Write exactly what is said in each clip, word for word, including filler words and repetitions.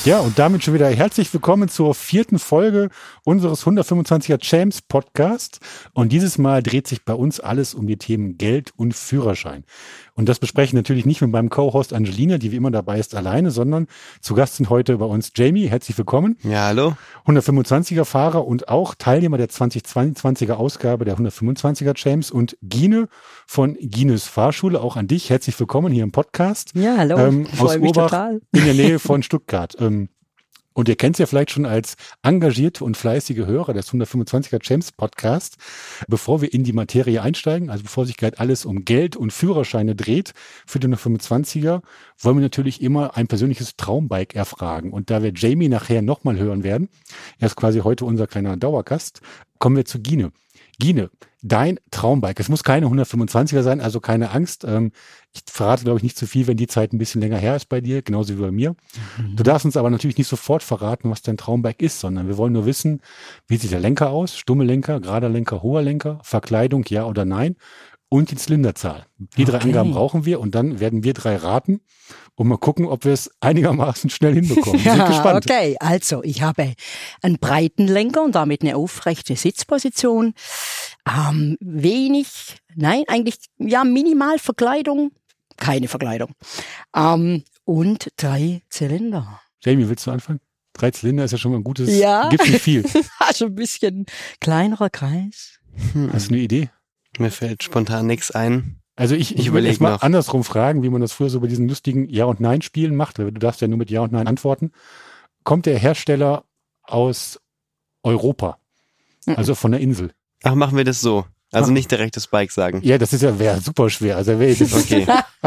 Ja, und damit schon wieder herzlich willkommen zur vierten Folge unseres hundertfünfundzwanziger Champs Podcast. Und dieses Mal dreht sich bei uns alles um die Themen Geld und Führerschein. Und das bespreche ich natürlich nicht mit meinem Co-Host Angelina, die wie immer dabei ist, alleine, sondern zu Gast sind heute bei uns Jamie. Herzlich willkommen. Ja, hallo. hundertfünfundzwanziger Fahrer und auch Teilnehmer der zweitausendzweiundzwanziger Ausgabe der hundertfünfundzwanziger Champs und Gine von Gines Fahrschule. Auch an dich. Herzlich willkommen hier im Podcast. Ja, hallo. Ähm, ich freue aus mich Urbach total. In der Nähe von Stuttgart. Ähm, Und ihr kennt es ja vielleicht schon als engagierte und fleißige Hörer des hundertfünfundzwanziger Champs Podcast. Bevor wir in die Materie einsteigen, also bevor sich gleich alles um Geld und Führerscheine dreht für den hundertfünfundzwanziger, wollen wir natürlich immer ein persönliches Traumbike erfragen. Und da wir Jamie nachher nochmal hören werden, er ist quasi heute unser kleiner Dauergast, kommen wir zu Gine. Gine, dein Traumbike. Es muss keine hundertfünfundzwanziger sein, also keine Angst. Ähm, ich verrate, glaube ich, nicht zu viel, wenn die Zeit ein bisschen länger her ist bei dir, genauso wie bei mir. Mhm. Du darfst uns aber natürlich nicht sofort verraten, was dein Traumbike ist, sondern wir wollen nur wissen, wie sieht der Lenker aus? Stumme Lenker, gerader Lenker, hoher Lenker, Verkleidung, ja oder nein? Und die Zylinderzahl. Die drei okay. Angaben brauchen wir und dann werden wir drei raten und mal gucken, ob wir es einigermaßen schnell hinbekommen. Wir sind gespannt. Okay, also ich habe einen breiten Lenker und damit eine aufrechte Sitzposition. Ähm, wenig, nein, eigentlich ja minimal Verkleidung, keine Verkleidung. Ähm, und drei Zylinder. Jamie, willst du anfangen? Drei Zylinder ist ja schon mal ein gutes, ja. Gibt nicht viel. Also ein bisschen kleinerer Kreis. Hm. Hast du eine Idee? Mir fällt spontan nichts ein. Also ich, ich, ich will jetzt mal noch. andersrum fragen, wie man das früher so bei diesen lustigen Ja- und Nein-Spielen macht. Du darfst ja nur mit Ja und Nein antworten. Kommt der Hersteller aus Europa? Mhm. Also von der Insel? Ach, machen wir das so. Also Ach. nicht direkt das Bike sagen. Ja, das ist ja wäre super schwer. Also wäre jetzt okay.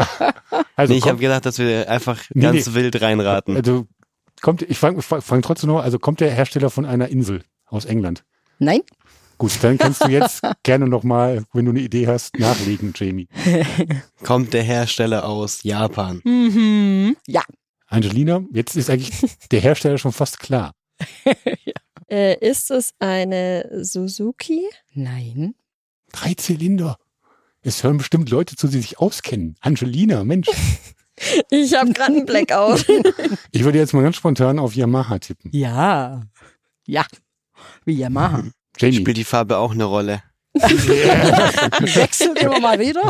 also nee, ich habe gedacht, dass wir einfach nee, ganz nee. wild reinraten. Also kommt, ich fange fang trotzdem noch. Also kommt der Hersteller von einer Insel aus England? Nein. Gut, dann kannst du jetzt gerne nochmal, wenn du eine Idee hast, nachlegen, Jamie. Kommt der Hersteller aus Japan? Mhm. Ja. Angelina, jetzt ist eigentlich der Hersteller schon fast klar. ja. äh, ist es eine Suzuki? Nein. Drei Zylinder. Es hören bestimmt Leute zu, die sich auskennen. Angelina, Mensch. Ich habe gerade einen Blackout. Ich würde jetzt mal ganz spontan auf Yamaha tippen. Ja. Ja. Wie Yamaha. Jamie. Spielt die Farbe auch eine Rolle? Wechselt immer mal wieder.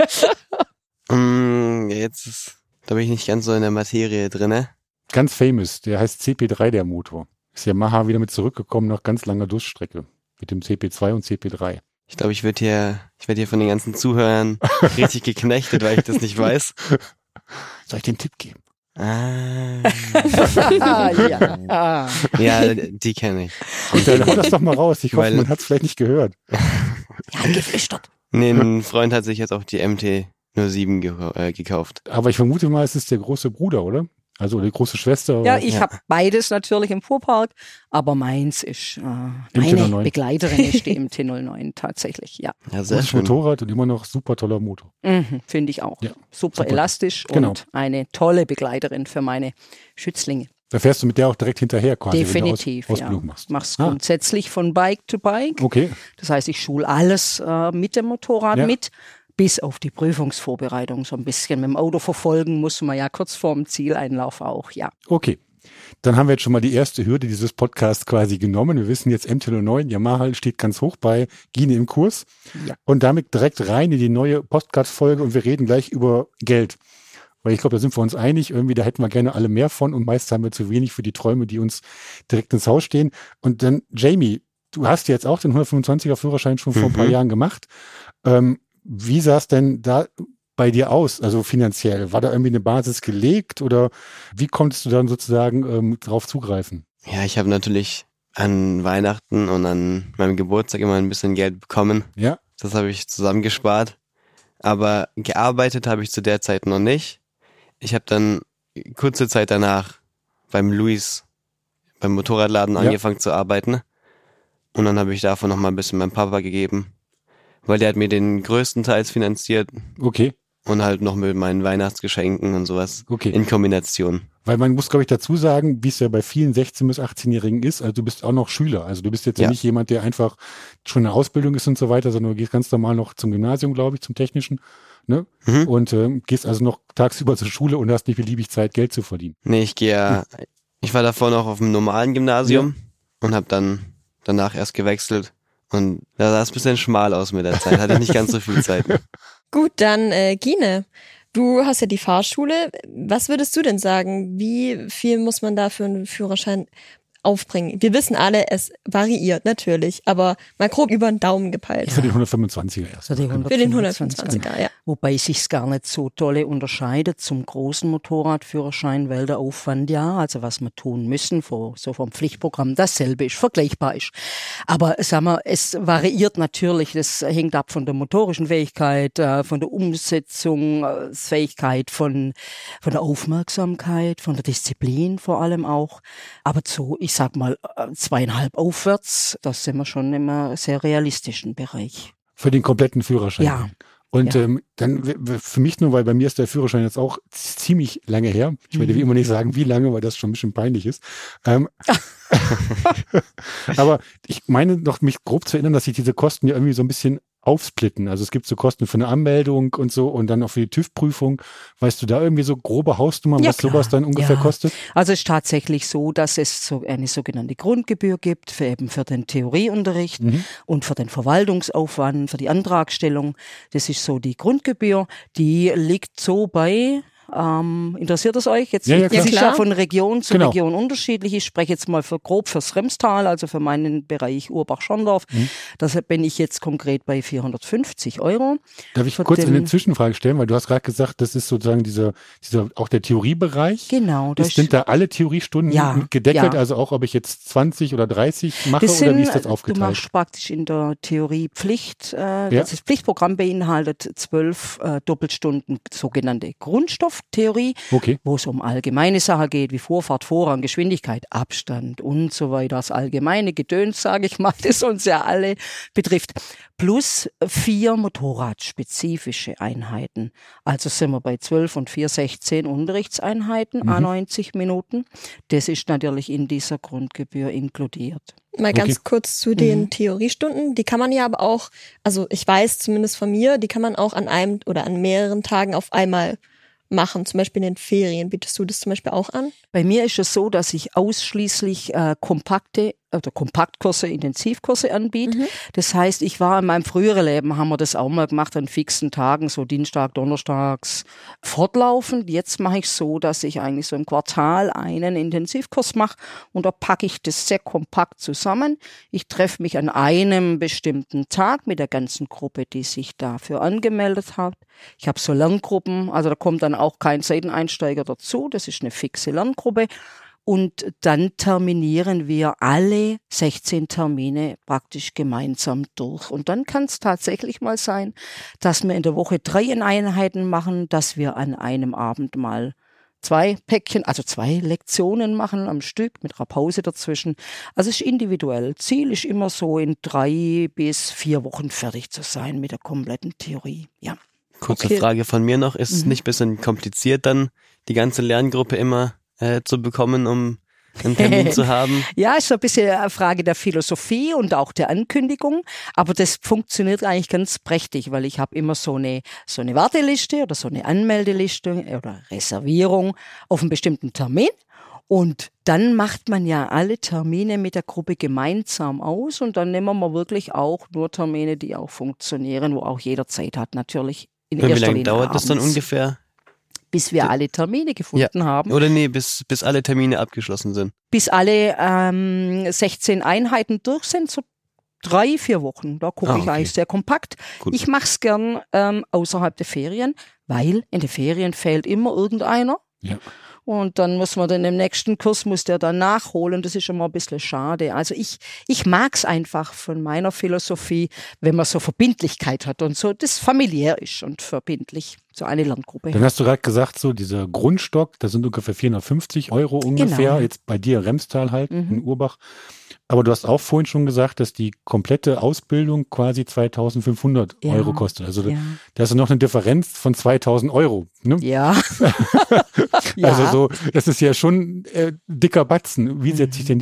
mm, jetzt ist, da bin ich nicht ganz so in der Materie drinne. Ganz famous, der heißt C P drei, der Motor. Ist Yamaha wieder mit zurückgekommen nach ganz langer Durststrecke. Mit dem C P zwei und C P drei. Ich glaube, ich werde hier, ich werde hier von den ganzen Zuhörern richtig geknechtet, weil ich das nicht weiß. Soll ich den Tipp geben? Ah. ja. ja, die kenne ich. Und dann hau das doch mal raus. Ich hoffe, Weil, man hat es vielleicht nicht gehört. Ja, geflüstert. Nee, ein Freund hat sich jetzt auch die M T null sieben ge- äh, gekauft. Aber ich vermute mal, es ist der große Bruder, oder? Also die große Schwester. Ja, oder? ich ja. habe beides natürlich im Fuhrpark, aber meins ist, äh, meine M T null neun. Begleiterin ist die M T null neun tatsächlich, ja. Ja, sehr Gutes schön. Motorrad und immer noch super toller Motor. Mhm, finde ich auch. Ja, super, super elastisch genau. Und eine tolle Begleiterin für meine Schützlinge. Da fährst du mit der auch direkt hinterher quasi, Definitiv, wenn du Aus- Ausbildung ja. machst. Machst ah. grundsätzlich von Bike to Bike. Okay. Das heißt, ich schule alles äh, mit dem Motorrad ja. mit, bis auf die Prüfungsvorbereitung. So ein bisschen mit dem Auto verfolgen muss man ja kurz vorm Zieleinlauf auch, ja. Okay. Dann haben wir jetzt schon mal die erste Hürde dieses Podcasts quasi genommen. Wir wissen jetzt, M T null neun, Yamaha steht ganz hoch bei Gine im Kurs. Ja. Und damit direkt rein in die neue Podcast-Folge und wir reden gleich über Geld. Weil ich glaube, da sind wir uns einig. Irgendwie, da hätten wir gerne alle mehr von und meist haben wir zu wenig für die Träume, die uns direkt ins Haus stehen. Und dann, Jamie, du hast jetzt auch den hundertfünfundzwanziger Führerschein schon vor mhm. ein paar Jahren gemacht. Ähm, wie sah es denn da bei dir aus, also finanziell? War da irgendwie eine Basis gelegt oder wie konntest du dann sozusagen ähm, drauf zugreifen? Ja, ich habe natürlich an Weihnachten und an meinem Geburtstag immer ein bisschen Geld bekommen. Ja. Das habe ich zusammengespart. Aber gearbeitet habe ich zu der Zeit noch nicht. Ich habe dann kurze Zeit danach beim Luis, beim Motorradladen ja. angefangen zu arbeiten. Und dann habe ich davon noch mal ein bisschen meinem Papa gegeben. Weil der hat mir den größten Teils finanziert. Okay. Und halt noch mit meinen Weihnachtsgeschenken und sowas. Okay. In Kombination. Weil man muss, glaube ich, dazu sagen, wie es ja bei vielen sechzehn- bis achtzehnjährigen ist, also du bist auch noch Schüler. Also du bist jetzt ja, ja nicht jemand, der einfach schon in der Ausbildung ist und so weiter, sondern du gehst ganz normal noch zum Gymnasium, glaube ich, zum Technischen. Ne? Mhm. Und äh, gehst also noch tagsüber zur Schule und hast nicht beliebig Zeit, Geld zu verdienen. Nee, ich gehe ja Ich war davor noch auf dem normalen Gymnasium ja. und habe dann danach erst gewechselt. Und da sah es ein bisschen schmal aus mit der Zeit, hatte ich nicht ganz so viel Zeit. Gut, dann äh, Gine, du hast ja die Fahrschule. Was würdest du denn sagen, wie viel muss man da für einen Führerschein aufbringen? Wir wissen alle, es variiert natürlich, aber mal grob über den Daumen gepeilt. Ja. Für den hundertfünfundzwanziger erst. Für den Für den hundertfünfundzwanziger, ja. Wobei sich's gar nicht so dolle unterscheidet zum großen Motorradführerschein, weil der Aufwand ja, also was wir tun müssen, vor, so vom Pflichtprogramm, dasselbe ist, vergleichbar ist. Aber sagen wir, es variiert natürlich, das hängt ab von der motorischen Fähigkeit, von der Umsetzungsfähigkeit, von, von der Aufmerksamkeit, von der Disziplin vor allem auch. Aber so, ich sag mal, zweieinhalb aufwärts, das sind wir schon im sehr realistischen Bereich. Für den kompletten Führerschein? Ja. Und ja. ähm, dann für mich nur, weil bei mir ist der Führerschein jetzt auch ziemlich lange her. Ich werde wie immer nicht sagen, wie lange, weil das schon ein bisschen peinlich ist. Ähm, aber ich meine doch, mich grob zu erinnern, dass sich diese Kosten ja irgendwie so ein bisschen aufsplitten. Also es gibt so Kosten für eine Anmeldung und so und dann auch für die TÜV-Prüfung. Weißt du da irgendwie so grobe Hausnummern, ja, was klar. sowas dann ungefähr ja. kostet? Also es ist tatsächlich so, dass es so eine sogenannte Grundgebühr gibt, für eben für den Theorieunterricht mhm. und für den Verwaltungsaufwand, für die Antragstellung. Das ist so die Grundgebühr. Die liegt so bei... Ähm, interessiert es euch? Jetzt ja, ja, das ist klar. ja von Region zu genau. Region unterschiedlich. Ich spreche jetzt mal für grob fürs Remstal, also für meinen Bereich Urbach-Schorndorf. Mhm. Da bin ich jetzt konkret bei vierhundertfünfzig Euro. Darf ich kurz eine Zwischenfrage stellen, weil du hast gerade gesagt, das ist sozusagen dieser, dieser auch der Theoriebereich. Genau. Das sind da alle Theoriestunden ja, gedeckelt, ja. also auch ob ich jetzt zwanzig oder dreißig mache sind, oder wie ist das aufgeteilt? Du machst praktisch in der Theorie Pflicht. Äh, ja. Das Pflichtprogramm beinhaltet zwölf äh, Doppelstunden sogenannte Grundstofftheorie. Okay. Wo es um allgemeine Sachen geht, wie Vorfahrt, Vorrang, Geschwindigkeit, Abstand und so weiter. Das allgemeine Gedöns, sage ich mal, das uns ja alle betrifft. Plus vier motorradspezifische Einheiten. Also sind wir bei zwölf und vier, sechzehn Unterrichtseinheiten, mhm. à neunzig Minuten. Das ist natürlich in dieser Grundgebühr inkludiert. Mal ganz okay. kurz zu den mhm. Theoriestunden. Die kann man ja aber auch, also ich weiß zumindest von mir, die kann man auch an einem oder an mehreren Tagen auf einmal machen, zum Beispiel in den Ferien. Bietest du das zum Beispiel auch an? Bei mir ist es so, dass ich ausschließlich äh, kompakte oder Kompaktkurse, Intensivkurse anbiete. Mhm. Das heißt, ich war in meinem früheren Leben, haben wir das auch mal gemacht, an fixen Tagen, so Dienstag, Donnerstags fortlaufend. Jetzt mache ich so, dass ich eigentlich so im Quartal einen Intensivkurs mache und da packe ich das sehr kompakt zusammen. Ich treffe mich an einem bestimmten Tag mit der ganzen Gruppe, die sich dafür angemeldet hat. Ich habe so Lerngruppen, also da kommt dann auch kein Seiteneinsteiger dazu, das ist eine fixe Lerngruppe. Und dann terminieren wir alle sechzehn Termine praktisch gemeinsam durch. Und dann kann es tatsächlich mal sein, dass wir in der Woche drei Einheiten machen, dass wir an einem Abend mal zwei Päckchen, also zwei Lektionen machen am Stück mit einer Pause dazwischen. Also es ist individuell. Ziel ist immer so, in drei bis vier Wochen fertig zu sein mit der kompletten Theorie. Ja. Kurze Okay. Frage von mir noch. Ist es Mhm. nicht ein bisschen kompliziert, dann die ganze Lerngruppe immer äh, zu bekommen, um einen Termin zu haben? Ja, ist so ein bisschen eine Frage der Philosophie und auch der Ankündigung, aber das funktioniert eigentlich ganz prächtig, weil ich habe immer so eine so eine Warteliste oder so eine Anmeldeliste oder Reservierung auf einen bestimmten Termin. Und dann macht man ja alle Termine mit der Gruppe gemeinsam aus und dann nehmen wir wirklich auch nur Termine, die auch funktionieren, wo auch jeder Zeit hat, natürlich in Und wie erster lange Linie dauert das dann abends, ungefähr? bis wir alle Termine gefunden haben. Oder nee, bis, bis alle Termine abgeschlossen sind. Bis alle ähm, sechzehn Einheiten durch sind, so drei, vier Wochen. Da gucke Ah, ich okay. eigentlich sehr kompakt. Gut. Ich mache es gern ähm, außerhalb der Ferien, weil in den Ferien fehlt immer irgendeiner. Ja. Und dann muss man dann im nächsten Kurs, muss der dann nachholen. Das ist immer ein bisschen schade. Also ich, ich mag's einfach von meiner Philosophie, wenn man so Verbindlichkeit hat und so, das familiär ist und verbindlich, so eine Lerngruppe. Dann hast du gerade gesagt, so dieser Grundstock, das sind ungefähr vierhundertfünfzig Euro ungefähr, Genau. jetzt bei dir Remstal halt Mhm. in Urbach. Aber du hast auch vorhin schon gesagt, dass die komplette Ausbildung quasi zweitausendfünfhundert Ja. Euro kostet. Also Ja. da ist noch eine Differenz von zweitausend Euro. Ne? Ja. ja. Also so, das ist ja schon äh, dicker Batzen. Wie setzt sich denn dieser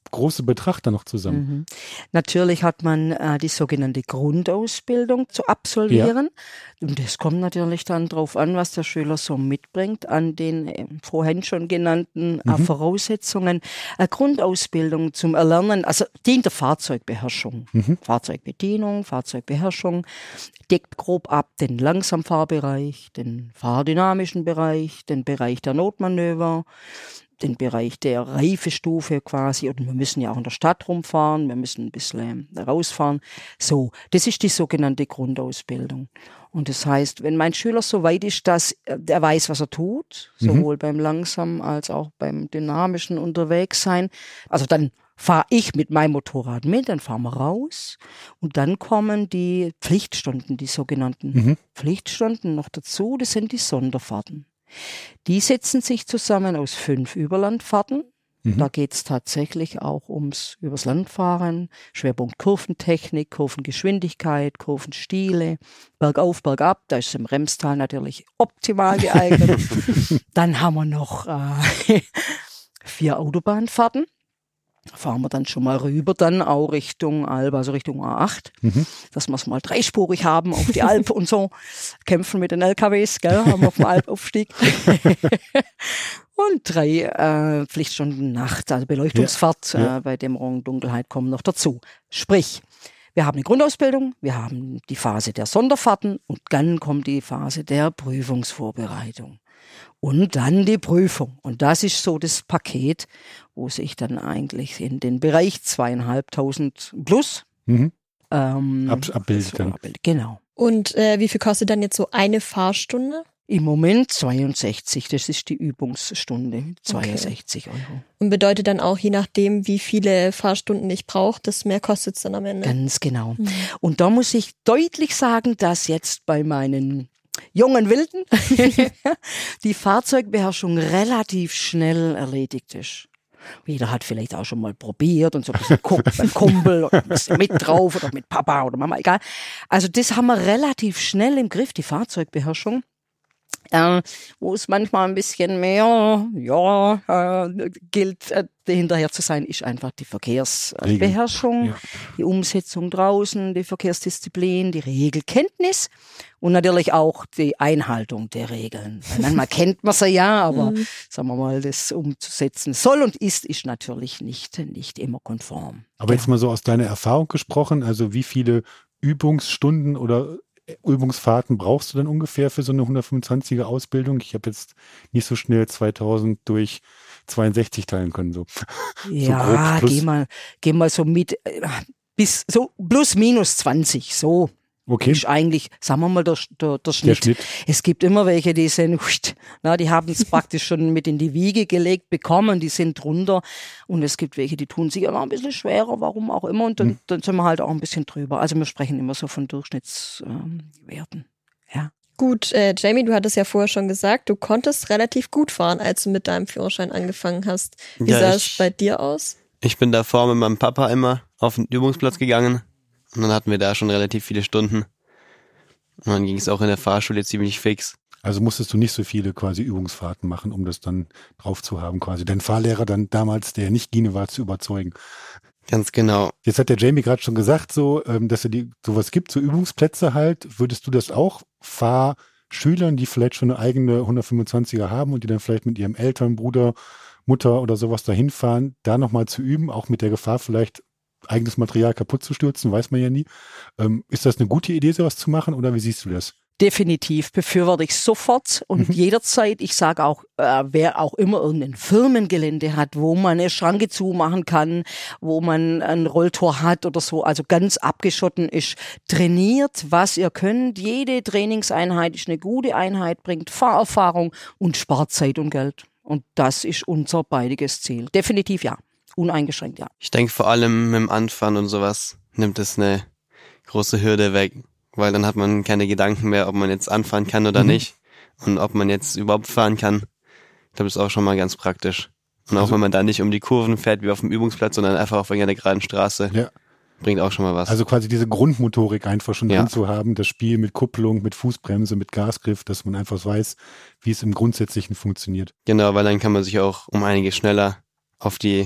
große Betracht da noch zusammen. Mhm. Natürlich hat man äh, die sogenannte Grundausbildung zu absolvieren. Ja. Und das kommt natürlich dann drauf an, was der Schüler so mitbringt an den äh, vorhin schon genannten äh, mhm. Voraussetzungen. Eine Grundausbildung zum Erlernen, also dient der Fahrzeugbeherrschung. Mhm. Fahrzeugbedienung, Fahrzeugbeherrschung, deckt grob ab den Langsamfahrbereich, den fahrdynamischen Bereich, den Bereich der Notmanöver, den Bereich der Reifestufe quasi, und wir müssen ja auch in der Stadt rumfahren, wir müssen ein bisschen rausfahren. So, das ist die sogenannte Grundausbildung. Und das heißt, wenn mein Schüler so weit ist, dass er weiß, was er tut, sowohl mhm. beim langsamen als auch beim dynamischen Unterwegssein, also dann fahre ich mit meinem Motorrad mit, dann fahren wir raus und dann kommen die Pflichtstunden, die sogenannten mhm. Pflichtstunden noch dazu, das sind die Sonderfahrten. Die setzen sich zusammen aus fünf Überlandfahrten. Mhm. Da geht es tatsächlich auch ums übers Landfahren, Schwerpunkt Kurventechnik, Kurvengeschwindigkeit, Kurvenstile, bergauf, bergab. Da ist es im Remstal natürlich optimal geeignet. Dann haben wir noch äh, vier Autobahnfahrten. Fahren wir dann schon mal rüber, dann auch Richtung Alb, also Richtung A acht, mhm. dass wir es mal dreispurig haben auf die Alp und so, kämpfen mit den L K Ws, gell, haben wir auf dem Alpaufstieg. Und drei äh, Pflichtstunden Nacht, also Beleuchtungsfahrt, ja, ja. Äh, bei Dämmerung, Dunkelheit kommen noch dazu. Sprich, wir haben eine Grundausbildung, wir haben die Phase der Sonderfahrten und dann kommt die Phase der Prüfungsvorbereitung. Und dann die Prüfung. Und das ist so das Paket, wo sich dann eigentlich in den Bereich zweieinhalbtausend plus mhm. ähm, Ab, abbildet. So abbildet. Genau. Und äh, wie viel kostet dann jetzt so eine Fahrstunde? Im Moment zweiundsechzig, das ist die Übungsstunde, zweiundsechzig okay. Euro. Und bedeutet dann auch, je nachdem, wie viele Fahrstunden ich brauche, desto mehr kostet es dann am Ende? Ganz genau. Mhm. Und da muss ich deutlich sagen, dass jetzt bei meinen jungen Wilden die Fahrzeugbeherrschung relativ schnell erledigt ist. Jeder hat vielleicht auch schon mal probiert und so ein bisschen guckt beim Kumpel oder ein bisschen mit drauf oder mit Papa oder Mama, egal. Also das haben wir relativ schnell im Griff, die Fahrzeugbeherrschung. Äh, wo es manchmal ein bisschen mehr, ja, äh, gilt, äh, hinterher zu sein, ist einfach die Verkehrsbeherrschung, ja. Die Umsetzung draußen, die Verkehrsdisziplin, die Regelkenntnis und natürlich auch die Einhaltung der Regeln. Weil manchmal kennt man sie ja, aber mhm. sagen wir mal, das umzusetzen soll und ist, ist natürlich nicht, nicht immer konform. Aber ja. Jetzt mal so aus deiner Erfahrung gesprochen, also wie viele Übungsstunden oder Übungsfahrten brauchst du denn ungefähr für so eine hundertfünfundzwanziger Ausbildung? Ich habe jetzt nicht so schnell zweitausend durch zweiundsechzig teilen können. So. Ja, so geh mal, geh mal so mit, bis so plus minus zwanzig, so. Okay. Ist eigentlich, sagen wir mal, der, der, der, Schnitt. der Schnitt. Es gibt immer welche, die sind, na, die haben es praktisch schon mit in die Wiege gelegt bekommen, die sind drunter. Und es gibt welche, die tun sich immer ein bisschen schwerer, warum auch immer. Und dann, hm. dann sind wir halt auch ein bisschen drüber. Also wir sprechen immer so von Durchschnittswerten. Ähm, ja. Gut, äh, Jamie, du hattest ja vorher schon gesagt, du konntest relativ gut fahren, als du mit deinem Führerschein angefangen hast. Wie ja, sah es bei dir aus? Ich bin davor mit meinem Papa immer auf den Übungsplatz gegangen. Und dann hatten wir da schon relativ viele Stunden. Und dann ging es auch in der Fahrschule ziemlich fix. Also musstest du nicht so viele quasi Übungsfahrten machen, um das dann drauf zu haben quasi. Dein Fahrlehrer dann damals, der nicht Gine war, zu überzeugen. Ganz genau. Jetzt hat der Jamie gerade schon gesagt, so, dass er die sowas gibt, so Übungsplätze halt. Würdest du das auch Fahrschülern, die vielleicht schon eine eigene hundertfünfundzwanziger haben und die dann vielleicht mit ihrem Eltern, Bruder, Mutter oder sowas dahin fahren, da nochmal zu üben, auch mit der Gefahr vielleicht eigenes Material kaputt zu stürzen, weiß man ja nie. Ähm, ist das eine gute Idee, sowas zu machen oder wie siehst du das? Definitiv befürworte ich sofort und mhm. jederzeit. Ich sage auch, äh, wer auch immer irgendein Firmengelände hat, wo man eine Schranke zumachen kann, wo man ein Rolltor hat oder so, also ganz abgeschotten ist, trainiert, was ihr könnt. Jede Trainingseinheit ist eine gute Einheit, bringt Fahrerfahrung und spart Zeit und Geld. Und das ist unser beidiges Ziel. Definitiv ja. Uneingeschränkt, ja. Ich denke vor allem mit dem Anfahren und sowas nimmt es eine große Hürde weg, weil dann hat man keine Gedanken mehr, ob man jetzt anfahren kann oder mhm. nicht und ob man jetzt überhaupt fahren kann. Ich glaube, das ist auch schon mal ganz praktisch. Und auch also, wenn man da nicht um die Kurven fährt wie auf dem Übungsplatz, sondern einfach auf irgendeiner geraden Straße, ja. bringt auch schon mal was. Also quasi diese Grundmotorik einfach schon ja. drin zu haben, das Spiel mit Kupplung, mit Fußbremse, mit Gasgriff, dass man einfach weiß, wie es im Grundsätzlichen funktioniert. Genau, weil dann kann man sich auch um einiges schneller auf die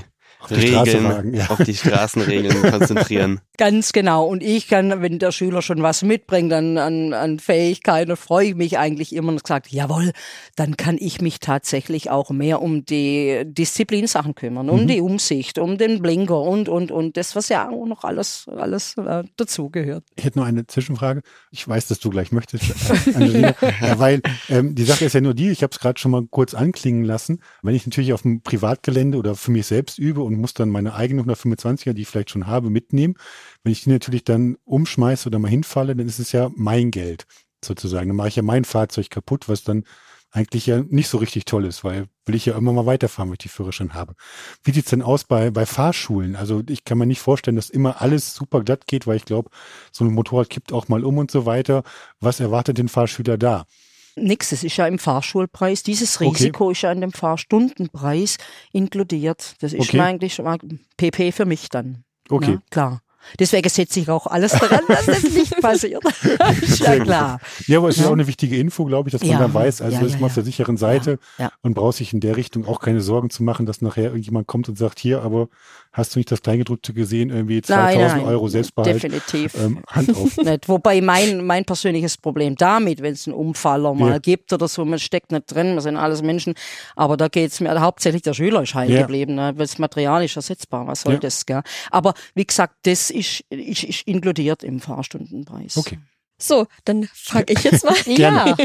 die Straße Regeln, wagen, ja. auf die Straßenregeln konzentrieren. Ganz genau. Und ich kann, wenn der Schüler schon was mitbringt an, an, an Fähigkeiten, freue ich mich eigentlich immer und gesagt, jawohl, dann kann ich mich tatsächlich auch mehr um die Disziplinsachen kümmern, um mhm. die Umsicht, um den Blinker und, und, und das, was ja auch noch alles, alles äh, dazugehört. Ich hätte noch eine Zwischenfrage. Ich weiß, dass du gleich möchtest, Angelina, ja, weil ähm, die Sache ist ja nur die, ich habe es gerade schon mal kurz anklingen lassen, wenn ich natürlich auf dem Privatgelände oder für mich selbst übe und muss dann meine eigene hundertfünfundzwanziger, die ich vielleicht schon habe, mitnehmen. Wenn ich die natürlich dann umschmeiße oder mal hinfalle, dann ist es ja mein Geld sozusagen. Dann mache ich ja mein Fahrzeug kaputt, was dann eigentlich ja nicht so richtig toll ist, weil will ich ja immer mal weiterfahren, wenn ich die Führerschein habe. Wie sieht's denn aus bei, bei Fahrschulen? Also ich kann mir nicht vorstellen, dass immer alles super glatt geht, weil ich glaube, so ein Motorrad kippt auch mal um und so weiter. Was erwartet den Fahrschüler da? Nix, das ist ja im Fahrschulpreis. Dieses Risiko okay. ist ja in dem Fahrstundenpreis inkludiert. Das ist okay. eigentlich schon mal P P für mich dann. Okay. Ja, klar. Deswegen setze ich auch alles daran, dass das nicht passiert. Ist ja klar. Ja, aber es ist ja auch eine wichtige Info, glaube ich, dass man ja, dann weiß, also ja, ist ja, man auf der sicheren Seite ja, ja. und braucht sich in der Richtung auch keine Sorgen zu machen, dass nachher irgendjemand kommt und sagt, hier, aber hast du nicht das Kleingedruckte gesehen, irgendwie zweitausend nein, nein, Euro Selbstbehalt? Definitiv. Ähm, Hand auf. Nicht. Wobei mein, mein persönliches Problem damit, wenn es einen Umfaller mal ja. gibt oder so, man steckt nicht drin, wir sind alles Menschen, aber da geht's mir, hauptsächlich der Schüler ist heil ja. geblieben, ne? Weil das Material ist ersetzbar, was soll ja. das, gell? Aber wie gesagt, das ist, ist, ist inkludiert im Fahrstundenpreis. Okay. So, dann frage ich jetzt mal. Ja.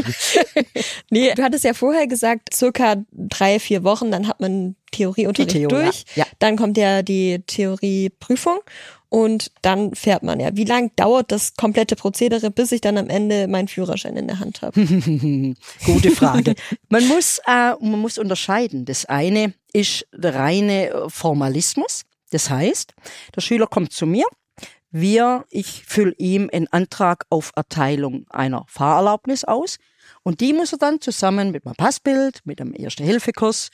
Nee, du hattest ja vorher gesagt, circa drei, vier Wochen, dann hat man Theorieunterricht die Theorie, durch. Ja. Dann kommt ja die Theorieprüfung und dann fährt man ja. Wie lang dauert das komplette Prozedere, bis ich dann am Ende meinen Führerschein in der Hand habe? Gute Frage. Man muss, äh, man muss unterscheiden. Das eine ist der reine Formalismus. Das heißt, der Schüler kommt zu mir. Wir, ich fülle ihm einen Antrag auf Erteilung einer Fahrerlaubnis aus und die muss er dann zusammen mit meinem Passbild, mit dem Erste-Hilfe-Kurs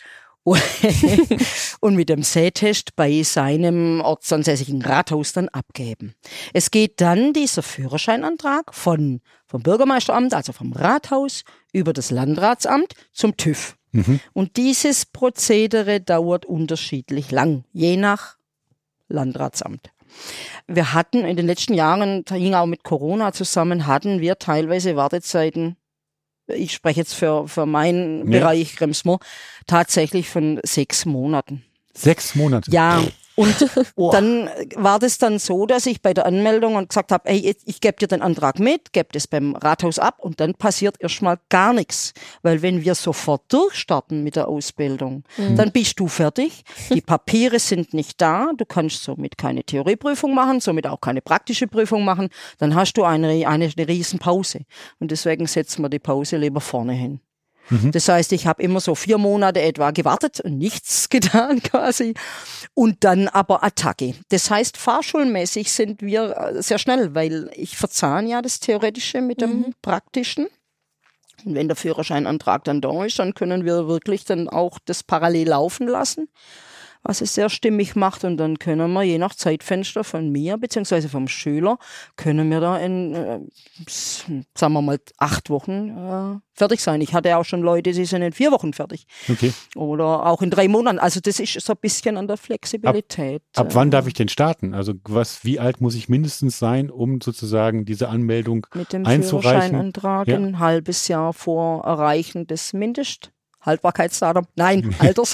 und mit dem Sehtest bei seinem ortsansässigen Rathaus dann abgeben. Es geht dann dieser Führerscheinantrag von, vom Bürgermeisteramt, also vom Rathaus, über das Landratsamt zum TÜV. Mhm. Und dieses Prozedere dauert unterschiedlich lang, je nach Landratsamt. Wir hatten in den letzten Jahren, da hing auch mit Corona zusammen, hatten wir teilweise Wartezeiten, ich spreche jetzt für, für meinen ja. Bereich Rems-Murr, tatsächlich von sechs Monaten. Sechs Monate? Ja. Und oh. dann war das dann so, dass ich bei der Anmeldung und gesagt habe, hey, ich gebe dir den Antrag mit, gebe das beim Rathaus ab und dann passiert erstmal gar nichts. Weil wenn wir sofort durchstarten mit der Ausbildung, mhm. dann bist du fertig, die Papiere sind nicht da, du kannst somit keine Theorieprüfung machen, somit auch keine praktische Prüfung machen, dann hast du eine, eine, eine riesen Pause. Und deswegen setzen wir die Pause lieber vorne hin. Mhm. Das heißt, ich habe immer so vier Monate etwa gewartet und nichts getan quasi und dann aber Attacke. Das heißt, fahrschulmäßig sind wir sehr schnell, weil ich verzahne ja das Theoretische mit dem mhm. Praktischen. Und wenn der Führerscheinantrag dann da ist, dann können wir wirklich dann auch das parallel laufen lassen, was es sehr stimmig macht. Und dann können wir je nach Zeitfenster von mir beziehungsweise vom Schüler, können wir da in, äh, sagen wir mal, acht Wochen äh, fertig sein. Ich hatte auch schon Leute, die sind in vier Wochen fertig. Okay. Oder auch in drei Monaten. Also das ist so ein bisschen an der Flexibilität. Ab, ab wann darf ich denn starten? Also was, wie alt muss ich mindestens sein, um sozusagen diese Anmeldung mit dem einzureichen? Führerscheinantrag ja. ein halbes Jahr vor Erreichen des Mindest Haltbarkeitsdatum, nein, Alters.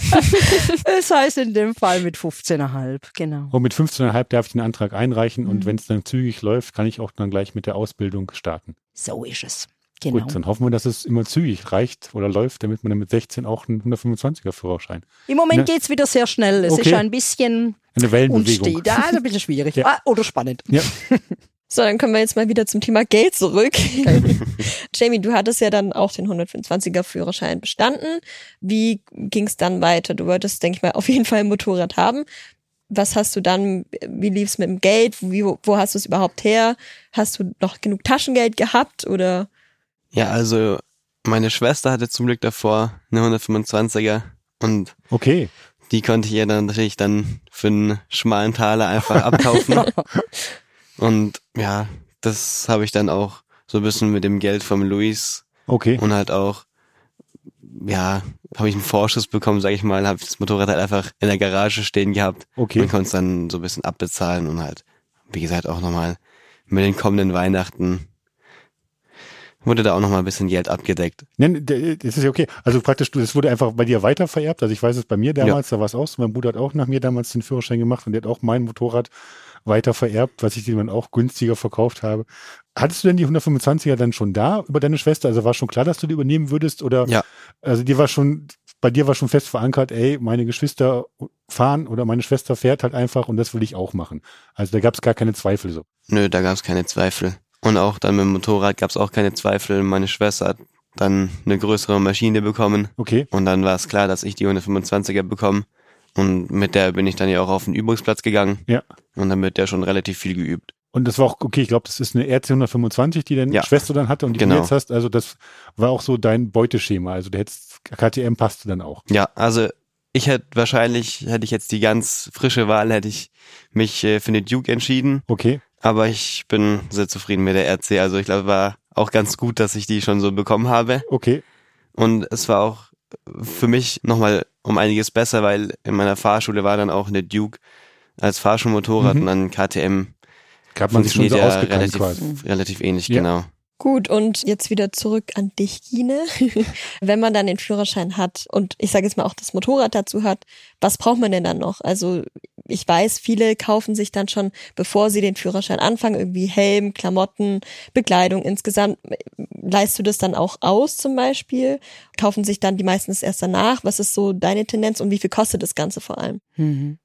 Das heißt in dem Fall mit fünfzehn Komma fünf, genau. Und mit fünfzehn Komma fünf darf ich den Antrag einreichen mhm. und wenn es dann zügig läuft, kann ich auch dann gleich mit der Ausbildung starten. So ist es, genau. Gut, dann hoffen wir, dass es immer zügig reicht oder läuft, damit man dann mit sechzehn auch einen hundertfünfundzwanziger Führerschein. Im Moment ja. geht's wieder sehr schnell. Es okay. ist ein bisschen eine Wellenbewegung. Unstet. Ja, ein bisschen schwierig. ja. ah, oder spannend. Ja. So, dann kommen wir jetzt mal wieder zum Thema Geld zurück. Jamie, du hattest ja dann auch den hundertfünfundzwanziger Führerschein bestanden. Wie ging es dann weiter? Du wolltest, denke ich mal, auf jeden Fall ein Motorrad haben. Was hast du dann, wie lief es mit dem Geld? Wie, wo hast du es überhaupt her? Hast du noch genug Taschengeld gehabt oder? Ja, also meine Schwester hatte zum Glück davor eine hundertfünfundzwanziger und okay. die konnte ich ihr dann natürlich dann für einen schmalen Taler einfach abkaufen. Und ja, das habe ich dann auch so ein bisschen mit dem Geld vom Luis okay. und halt auch, ja, habe ich einen Vorschuss bekommen, sage ich mal, habe das Motorrad halt einfach in der Garage stehen gehabt. Okay. Man konnte es dann so ein bisschen abbezahlen und halt, wie gesagt, auch nochmal mit den kommenden Weihnachten wurde da auch nochmal ein bisschen Geld abgedeckt. Nein, das ist ja okay. Also praktisch, das wurde einfach bei dir weiter vererbt. Also ich weiß es bei mir damals, ja. Da war es auch so. Mein Bruder hat auch nach mir damals den Führerschein gemacht und der hat auch mein Motorrad weiter vererbt, was ich dir dann auch günstiger verkauft habe. Hattest du denn die hundertfünfundzwanziger dann schon da über deine Schwester? Also war schon klar, dass du die übernehmen würdest? Oder? Ja. Also dir war schon, bei dir war schon fest verankert, ey, meine Geschwister fahren oder meine Schwester fährt halt einfach und das will ich auch machen. Also da gab es gar keine Zweifel so. Nö, da gab es keine Zweifel. Und auch dann mit dem Motorrad gab es auch keine Zweifel. Meine Schwester hat dann eine größere Maschine bekommen. Okay. Und dann war es klar, dass ich die hundertfünfundzwanziger bekomme. Und mit der bin ich dann ja auch auf den Übungsplatz gegangen. Ja. Und dann wird der schon relativ viel geübt. Und das war auch, okay, ich glaube, das ist eine R C hundertfünfundzwanzig, die deine ja. Schwester dann hatte und die genau. du jetzt hast. Also das war auch so dein Beuteschema. Also der hättest, K T M passte dann auch. Ja, also ich hätte wahrscheinlich, hätte ich jetzt die ganz frische Wahl, hätte ich mich äh, für eine Duke entschieden. Okay. Aber ich bin sehr zufrieden mit der R C. Also ich glaube, war auch ganz gut, dass ich die schon so bekommen habe. Okay. Und es war auch für mich nochmal um einiges besser, weil in meiner Fahrschule war dann auch eine Duke als Fahrschulmotorrad mhm. und dann K T M. Gab man sich schon so ja ausgekannt relativ, quasi. relativ ähnlich, ja. genau. Gut, und jetzt wieder zurück an dich, Gine. Wenn man dann den Führerschein hat und ich sage jetzt mal auch das Motorrad dazu hat, was braucht man denn dann noch? Also ich weiß, viele kaufen sich dann schon, bevor sie den Führerschein anfangen, irgendwie Helm, Klamotten, Bekleidung insgesamt. Leihst du das dann auch aus zum Beispiel? Kaufen sich dann die meisten es erst danach? Was ist so deine Tendenz und wie viel kostet das Ganze vor allem? Mhm.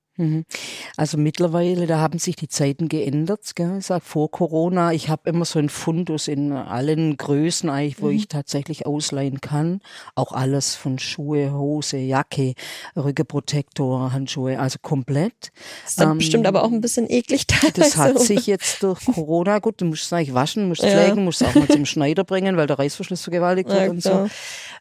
Also mittlerweile, da haben sich die Zeiten geändert. Gell? Ich sag vor Corona, ich habe immer so einen Fundus in allen Größen eigentlich, wo mhm. ich tatsächlich ausleihen kann. Auch alles von Schuhe, Hose, Jacke, Rückenprotektor, Handschuhe, also komplett. Das ist dann ähm, bestimmt aber auch ein bisschen eklig teilweise. Das hat sich jetzt durch Corona, gut, du musst es eigentlich waschen, musst es ja. pflegen, musst es auch mal zum Schneider bringen, weil der Reißverschluss vergewaltigt wird ja, und so.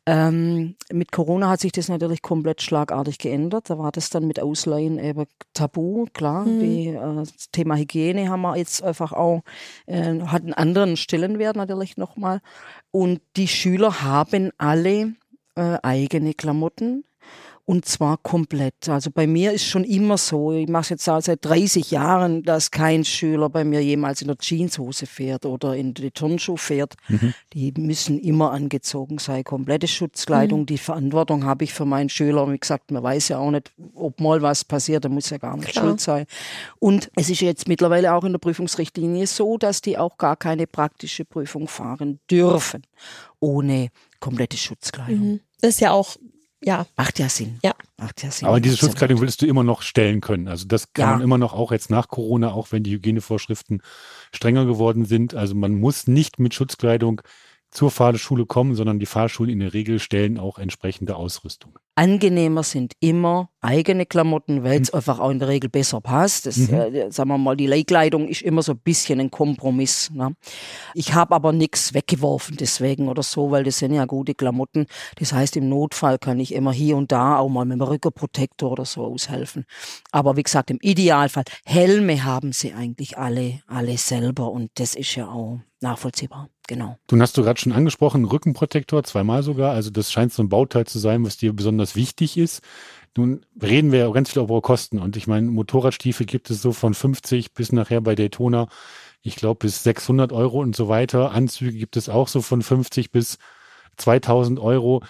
Ähm, mit Corona hat sich das natürlich komplett schlagartig geändert. Da war das dann mit Ausleihen eben tabu, klar. Mhm. Die, äh, das Thema Hygiene haben wir jetzt einfach auch, äh, hat einen anderen Stellenwert natürlich nochmal. Und die Schüler haben alle äh, eigene Klamotten. Und zwar komplett. Also bei mir ist schon immer so, ich mache es jetzt auch seit dreißig Jahren, dass kein Schüler bei mir jemals in der Jeanshose fährt oder in die Turnschuhe fährt. Mhm. Die müssen immer angezogen sein. Komplette Schutzkleidung. Mhm. Die Verantwortung habe ich für meinen Schüler. Wie gesagt, man weiß ja auch nicht, ob mal was passiert, da muss ja gar nicht Klar. schuld sein. Und es ist jetzt mittlerweile auch in der Prüfungsrichtlinie so, dass die auch gar keine praktische Prüfung fahren dürfen, ohne komplette Schutzkleidung. Mhm. Das ist ja auch Ja. Macht ja Sinn. Ja. Macht ja Sinn. Aber diese Schutzkleidung willst du immer noch stellen können. Also das kann ja. man immer noch, auch jetzt nach Corona, auch wenn die Hygienevorschriften strenger geworden sind. Also man muss nicht mit Schutzkleidung zur Fahrschule kommen, sondern die Fahrschulen in der Regel stellen auch entsprechende Ausrüstung. Angenehmer sind immer eigene Klamotten, weil es mhm. einfach auch in der Regel besser passt. Das, mhm. äh, sagen wir mal, die Leihkleidung ist immer so ein bisschen ein Kompromiss. Ne? Ich habe aber nichts weggeworfen deswegen oder so, weil das sind ja gute Klamotten. Das heißt, im Notfall kann ich immer hier und da auch mal mit dem Rückenprotektor oder so aushelfen. Aber wie gesagt, im Idealfall, Helme haben sie eigentlich alle, alle selber und das ist ja auch nachvollziehbar. Genau. Nun hast du gerade schon angesprochen, Rückenprotektor, zweimal sogar. Also das scheint so ein Bauteil zu sein, was dir besonders wichtig ist. Nun reden wir ja ganz viel über Kosten. Und ich meine, Motorradstiefel gibt es so von fünfzig bis nachher bei Daytona, ich glaube bis sechshundert Euro und so weiter. Anzüge gibt es auch so von fünfzig bis zweitausend Euro.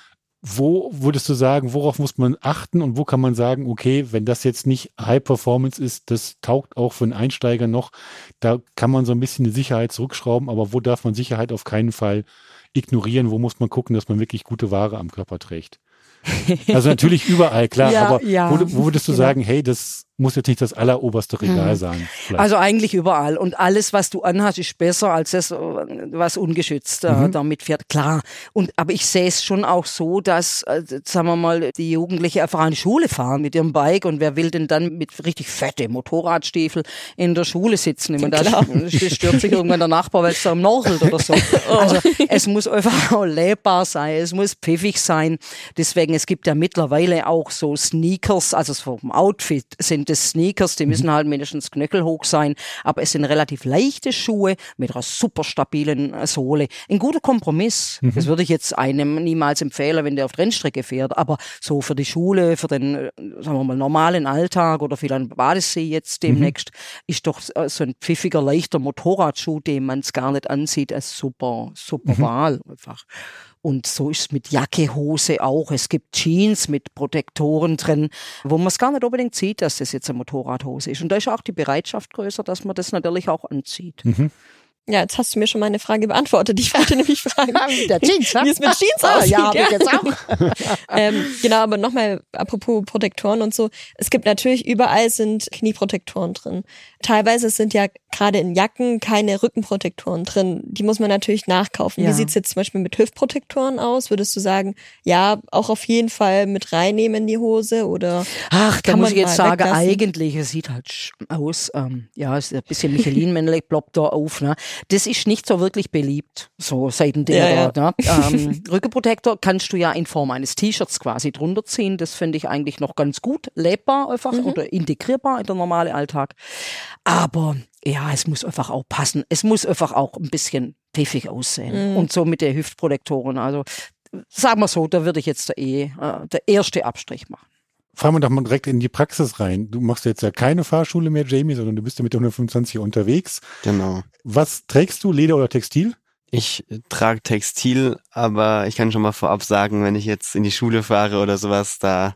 Wo würdest du sagen, worauf muss man achten und wo kann man sagen, okay, wenn das jetzt nicht High Performance ist, das taugt auch für einen Einsteiger noch, da kann man so ein bisschen die Sicherheit zurückschrauben, aber wo darf man Sicherheit auf keinen Fall ignorieren, wo muss man gucken, dass man wirklich gute Ware am Körper trägt? Also natürlich überall, klar, ja, aber ja, wo, wo würdest du genau. sagen, hey, das muss jetzt nicht das alleroberste Regal hm. sein? Vielleicht. Also eigentlich überall. Und alles, was du anhast, ist besser als das, was ungeschützt äh, mhm. damit fährt. Klar. Und, aber ich sehe es schon auch so, dass, äh, sagen wir mal, die Jugendlichen einfach in die Schule fahren mit ihrem Bike und wer will denn dann mit richtig fette Motorradstiefel in der Schule sitzen? Ich meine, da stört sich irgendwann der Nachbar, weil es da umnorchelt oder so. Also es muss einfach auch lebbar sein, es muss pfiffig sein. Deswegen, es gibt ja mittlerweile auch so Sneakers, also vom Outfit sind sind das Sneakers, die müssen halt mindestens knöchelhoch sein, aber es sind relativ leichte Schuhe mit einer super stabilen Sohle. Ein guter Kompromiss. Mhm. Das würde ich jetzt einem niemals empfehlen, wenn der auf Rennstrecke fährt, aber so für die Schule, für den, sagen wir mal, normalen Alltag oder vielleicht einen Badesee jetzt demnächst, mhm. ist doch so ein pfiffiger, leichter Motorradschuh, den man es gar nicht ansieht, als super, super mhm. Wahl einfach. Und so ist es mit Jacke, Hose auch. Es gibt Jeans mit Protektoren drin, wo man es gar nicht unbedingt sieht, dass das jetzt eine Motorradhose ist. Und da ist auch die Bereitschaft größer, dass man das natürlich auch anzieht. Mhm. Ja, jetzt hast du mir schon meine Frage beantwortet. Ich wollte nämlich fragen, der Jeans, wie es mit Jeans ah, aussieht. Ja, habe ich jetzt auch. ähm, genau, aber nochmal apropos Protektoren und so. Es gibt natürlich, überall sind Knieprotektoren drin. Teilweise sind ja gerade in Jacken keine Rückenprotektoren drin. Die muss man natürlich nachkaufen. Ja. Wie sieht's jetzt zum Beispiel mit Hüftprotektoren aus? Würdest du sagen, ja, auch auf jeden Fall mit reinnehmen in die Hose oder? Ach, da kann muss man ich jetzt mal sagen, weglassen? Eigentlich, es sieht halt sch- aus, ähm, ja, es ist ein bisschen Michelin-männlich, ploppt da auf, ne? Das ist nicht so wirklich beliebt, so Seitendinger Ja, da, ne? ähm, Rückenprotektor kannst du ja in Form eines T-Shirts quasi drunter ziehen. Das finde ich eigentlich noch ganz gut, lebbar einfach Mhm. oder integrierbar in der normale Alltag. Aber ja, es muss einfach auch passen. Es muss einfach auch ein bisschen pfiffig aussehen. Mhm. Und so mit den Hüftprotektoren. Also sagen wir so, da würde ich jetzt der, eh, äh, der erste Abstrich machen. Fahren wir doch mal direkt in die Praxis rein. Du machst jetzt ja keine Fahrschule mehr, Jamie, sondern du bist ja mit der hundertfünfundzwanzig unterwegs. Genau. Was trägst du, Leder oder Textil? Ich trage Textil, aber ich kann schon mal vorab sagen, wenn ich jetzt in die Schule fahre oder sowas, da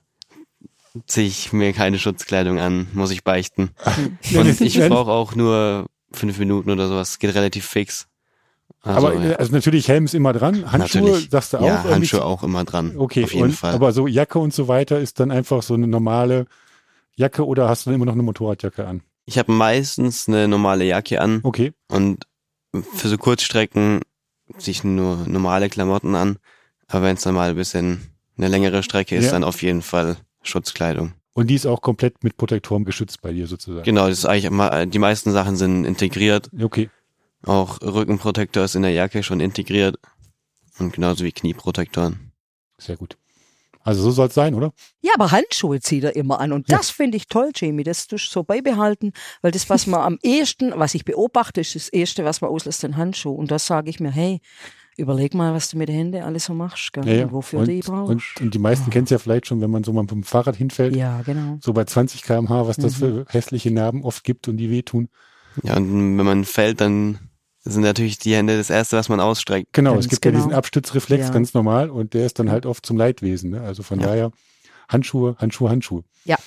ziehe ich mir keine Schutzkleidung an, muss ich beichten. Und ich brauche auch nur fünf Minuten oder sowas, geht relativ fix. Also, aber ja. also natürlich Helm ist immer dran, Handschuhe Natürlich. sagst du auch. Ja, irgendwie- Handschuhe auch immer dran. Okay, auf jeden und, Fall. aber so Jacke und so weiter ist dann einfach so eine normale Jacke oder hast du dann immer noch eine Motorradjacke an? Ich habe meistens eine normale Jacke an Okay. und für so Kurzstrecken ziehe ich nur normale Klamotten an. Aber wenn es dann mal ein bisschen eine längere Strecke ist, Ja. dann auf jeden Fall Schutzkleidung. Und die ist auch komplett mit Protektoren geschützt bei dir sozusagen. Genau, das ist eigentlich immer, die meisten Sachen sind integriert. Okay. Auch Rückenprotektor ist in der Jacke schon integriert. Und genauso wie Knieprotektoren. Sehr gut. Also so soll es sein, oder? Ja, aber Handschuhe zieht er immer an. Und Ja. das finde ich toll, Jamie. Das tust du so beibehalten. Weil das, was man am ehesten, was ich beobachte, ist das Erste, was man auslässt, den Handschuh. Und da sage ich mir, hey, überleg mal, was du mit den Händen alles so machst. Gell? Ja, ja. Und wofür und, du die brauchst. und, und die meisten kennen es ja vielleicht schon, wenn man so mal mit dem Fahrrad hinfällt. Ja, genau. So bei zwanzig Kilometer pro Stunde, was das Mhm. für hässliche Narben oft gibt und die wehtun. Ja, und wenn man fällt, dann sind natürlich die Hände das Erste, was man ausstreckt. Genau, Ganz es gibt genau. ja diesen Abstützreflex, Ja. ganz normal, und der ist dann halt oft zum Leidwesen. Ne? Also von Ja. daher Handschuhe, Handschuhe, Handschuhe.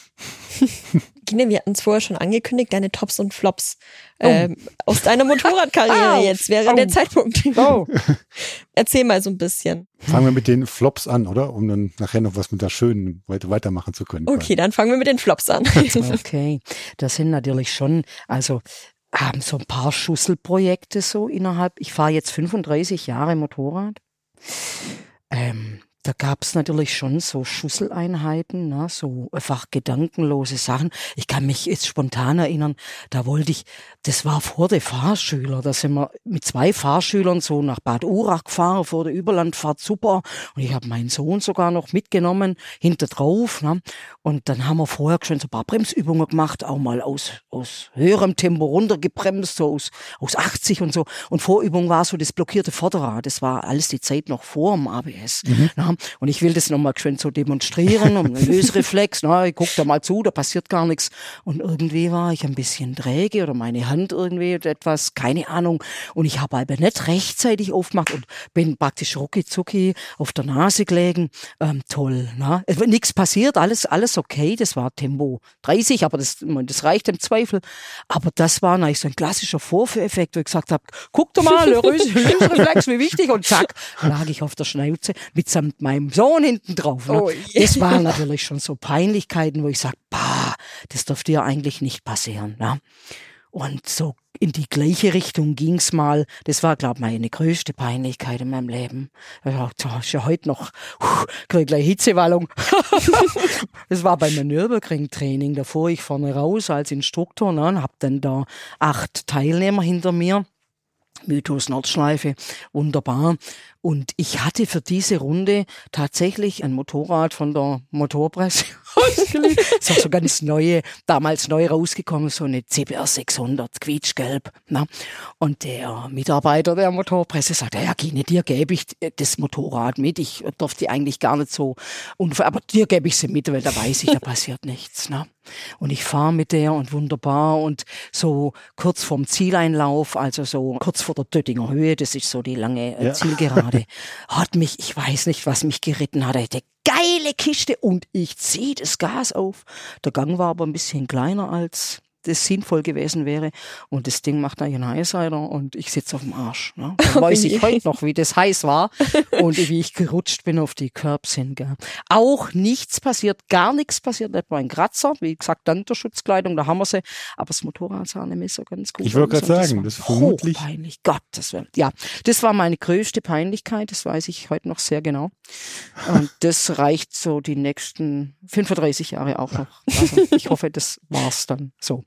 Gine, wir hatten es vorher schon angekündigt, deine Tops und Flops ähm, aus deiner Motorradkarriere Au. jetzt wäre Au. der Zeitpunkt. Oh. Erzähl mal so ein bisschen. Fangen wir mit den Flops an, oder? Um dann nachher noch was mit der Schönen weiter weitermachen zu können. Okay, dann fangen wir mit den Flops an. Okay, das sind natürlich schon, also haben so ein paar Schusselprojekte so innerhalb. Ich fahre jetzt fünfunddreißig Jahre Motorrad. Ähm, da gab es natürlich schon so Schusseleinheiten, ne, so einfach gedankenlose Sachen. Ich kann mich jetzt spontan erinnern, da wollte ich, das war vor der Fahrschüler, da sind wir mit zwei Fahrschülern so nach Bad Urach gefahren, vor der Überlandfahrt, super. Und ich habe meinen Sohn sogar noch mitgenommen, hinter drauf. Ne? Und dann haben wir vorher schon so ein paar Bremsübungen gemacht, auch mal aus, aus höherem Tempo runtergebremst, so aus, aus achtzig und so. Und Vorübung war so das blockierte Vorderrad, das war alles die Zeit noch vor dem A B S. Mhm. Ne? Und ich will das nochmal schön so demonstrieren, um einen Lösreflex. Na, ich guck da mal zu, da passiert gar nichts. Und irgendwie war ich ein bisschen träge oder meine Hand irgendwie etwas, keine Ahnung. Und ich habe aber nicht rechtzeitig aufgemacht und bin praktisch rucki-zucki auf der Nase gelegen. Ähm, toll, ne? Es war nichts passiert, alles, alles okay. Das war Tempo dreißig, aber das, das reicht im Zweifel. Aber das war eigentlich so ein klassischer Vorführeffekt, wo ich gesagt habe, guck doch mal, Lösreflex, wie wichtig. Und zack, lag ich auf der Schnauze mitsamt meinem Sohn hinten drauf. Ne? Oh, Das waren natürlich schon so Peinlichkeiten, wo ich sage, bah, das dürfte ja eigentlich nicht passieren. Ne? Und so in die gleiche Richtung ging's mal. Das war, glaube ich, meine größte Peinlichkeit in meinem Leben. Ja, da ist ja heute noch, uh, krieg gleich Hitzewallung. Das war bei meinem Nürburgring-Training. Da fuhr ich vorne raus als Instruktor, ne, und hab dann da acht Teilnehmer hinter mir. Mythos Nordschleife, wunderbar. Und ich hatte für diese Runde tatsächlich ein Motorrad von der Motorpresse ausgeliehen. Das ist auch so ganz neue, damals neu rausgekommen, so eine C B R sechshundert, quietschgelb. Na? Und der Mitarbeiter der Motorpresse sagte, ja, Gine, dir gebe ich das Motorrad mit. Ich durfte eigentlich gar nicht so, unfall, aber dir gebe ich sie mit, weil da weiß ich, da passiert nichts. Na? Und ich fahre mit der und wunderbar und so kurz vorm Zieleinlauf, also so kurz vor der Töttinger Höhe, das ist so die lange äh, Ja. Zielgerade, hat mich, ich weiß nicht, was mich geritten hat, eine geile Kiste und ich ziehe das Gas auf. Der Gang war aber ein bisschen kleiner als das sinnvoll gewesen wäre. Und das Ding macht einen Highsider und ich sitze auf dem Arsch. Ne? Da weiß ich heute noch, wie das heiß war und wie ich gerutscht bin auf die Curbs hin. Gell. Auch nichts passiert, gar nichts passiert. Etwa ein Kratzer, wie gesagt, dann der Schutzkleidung, da haben wir sie. Aber das Motorrad sah nicht mehr so ganz gut Ich wollte aus. gerade Und sagen, das das war ist vermutlich- hochpeinlich. Gottes Willen. Ja, das war meine größte Peinlichkeit, das weiß ich heute noch sehr genau. Und das reicht so die nächsten fünfunddreißig Jahre auch noch. Also ich hoffe, das war's dann so.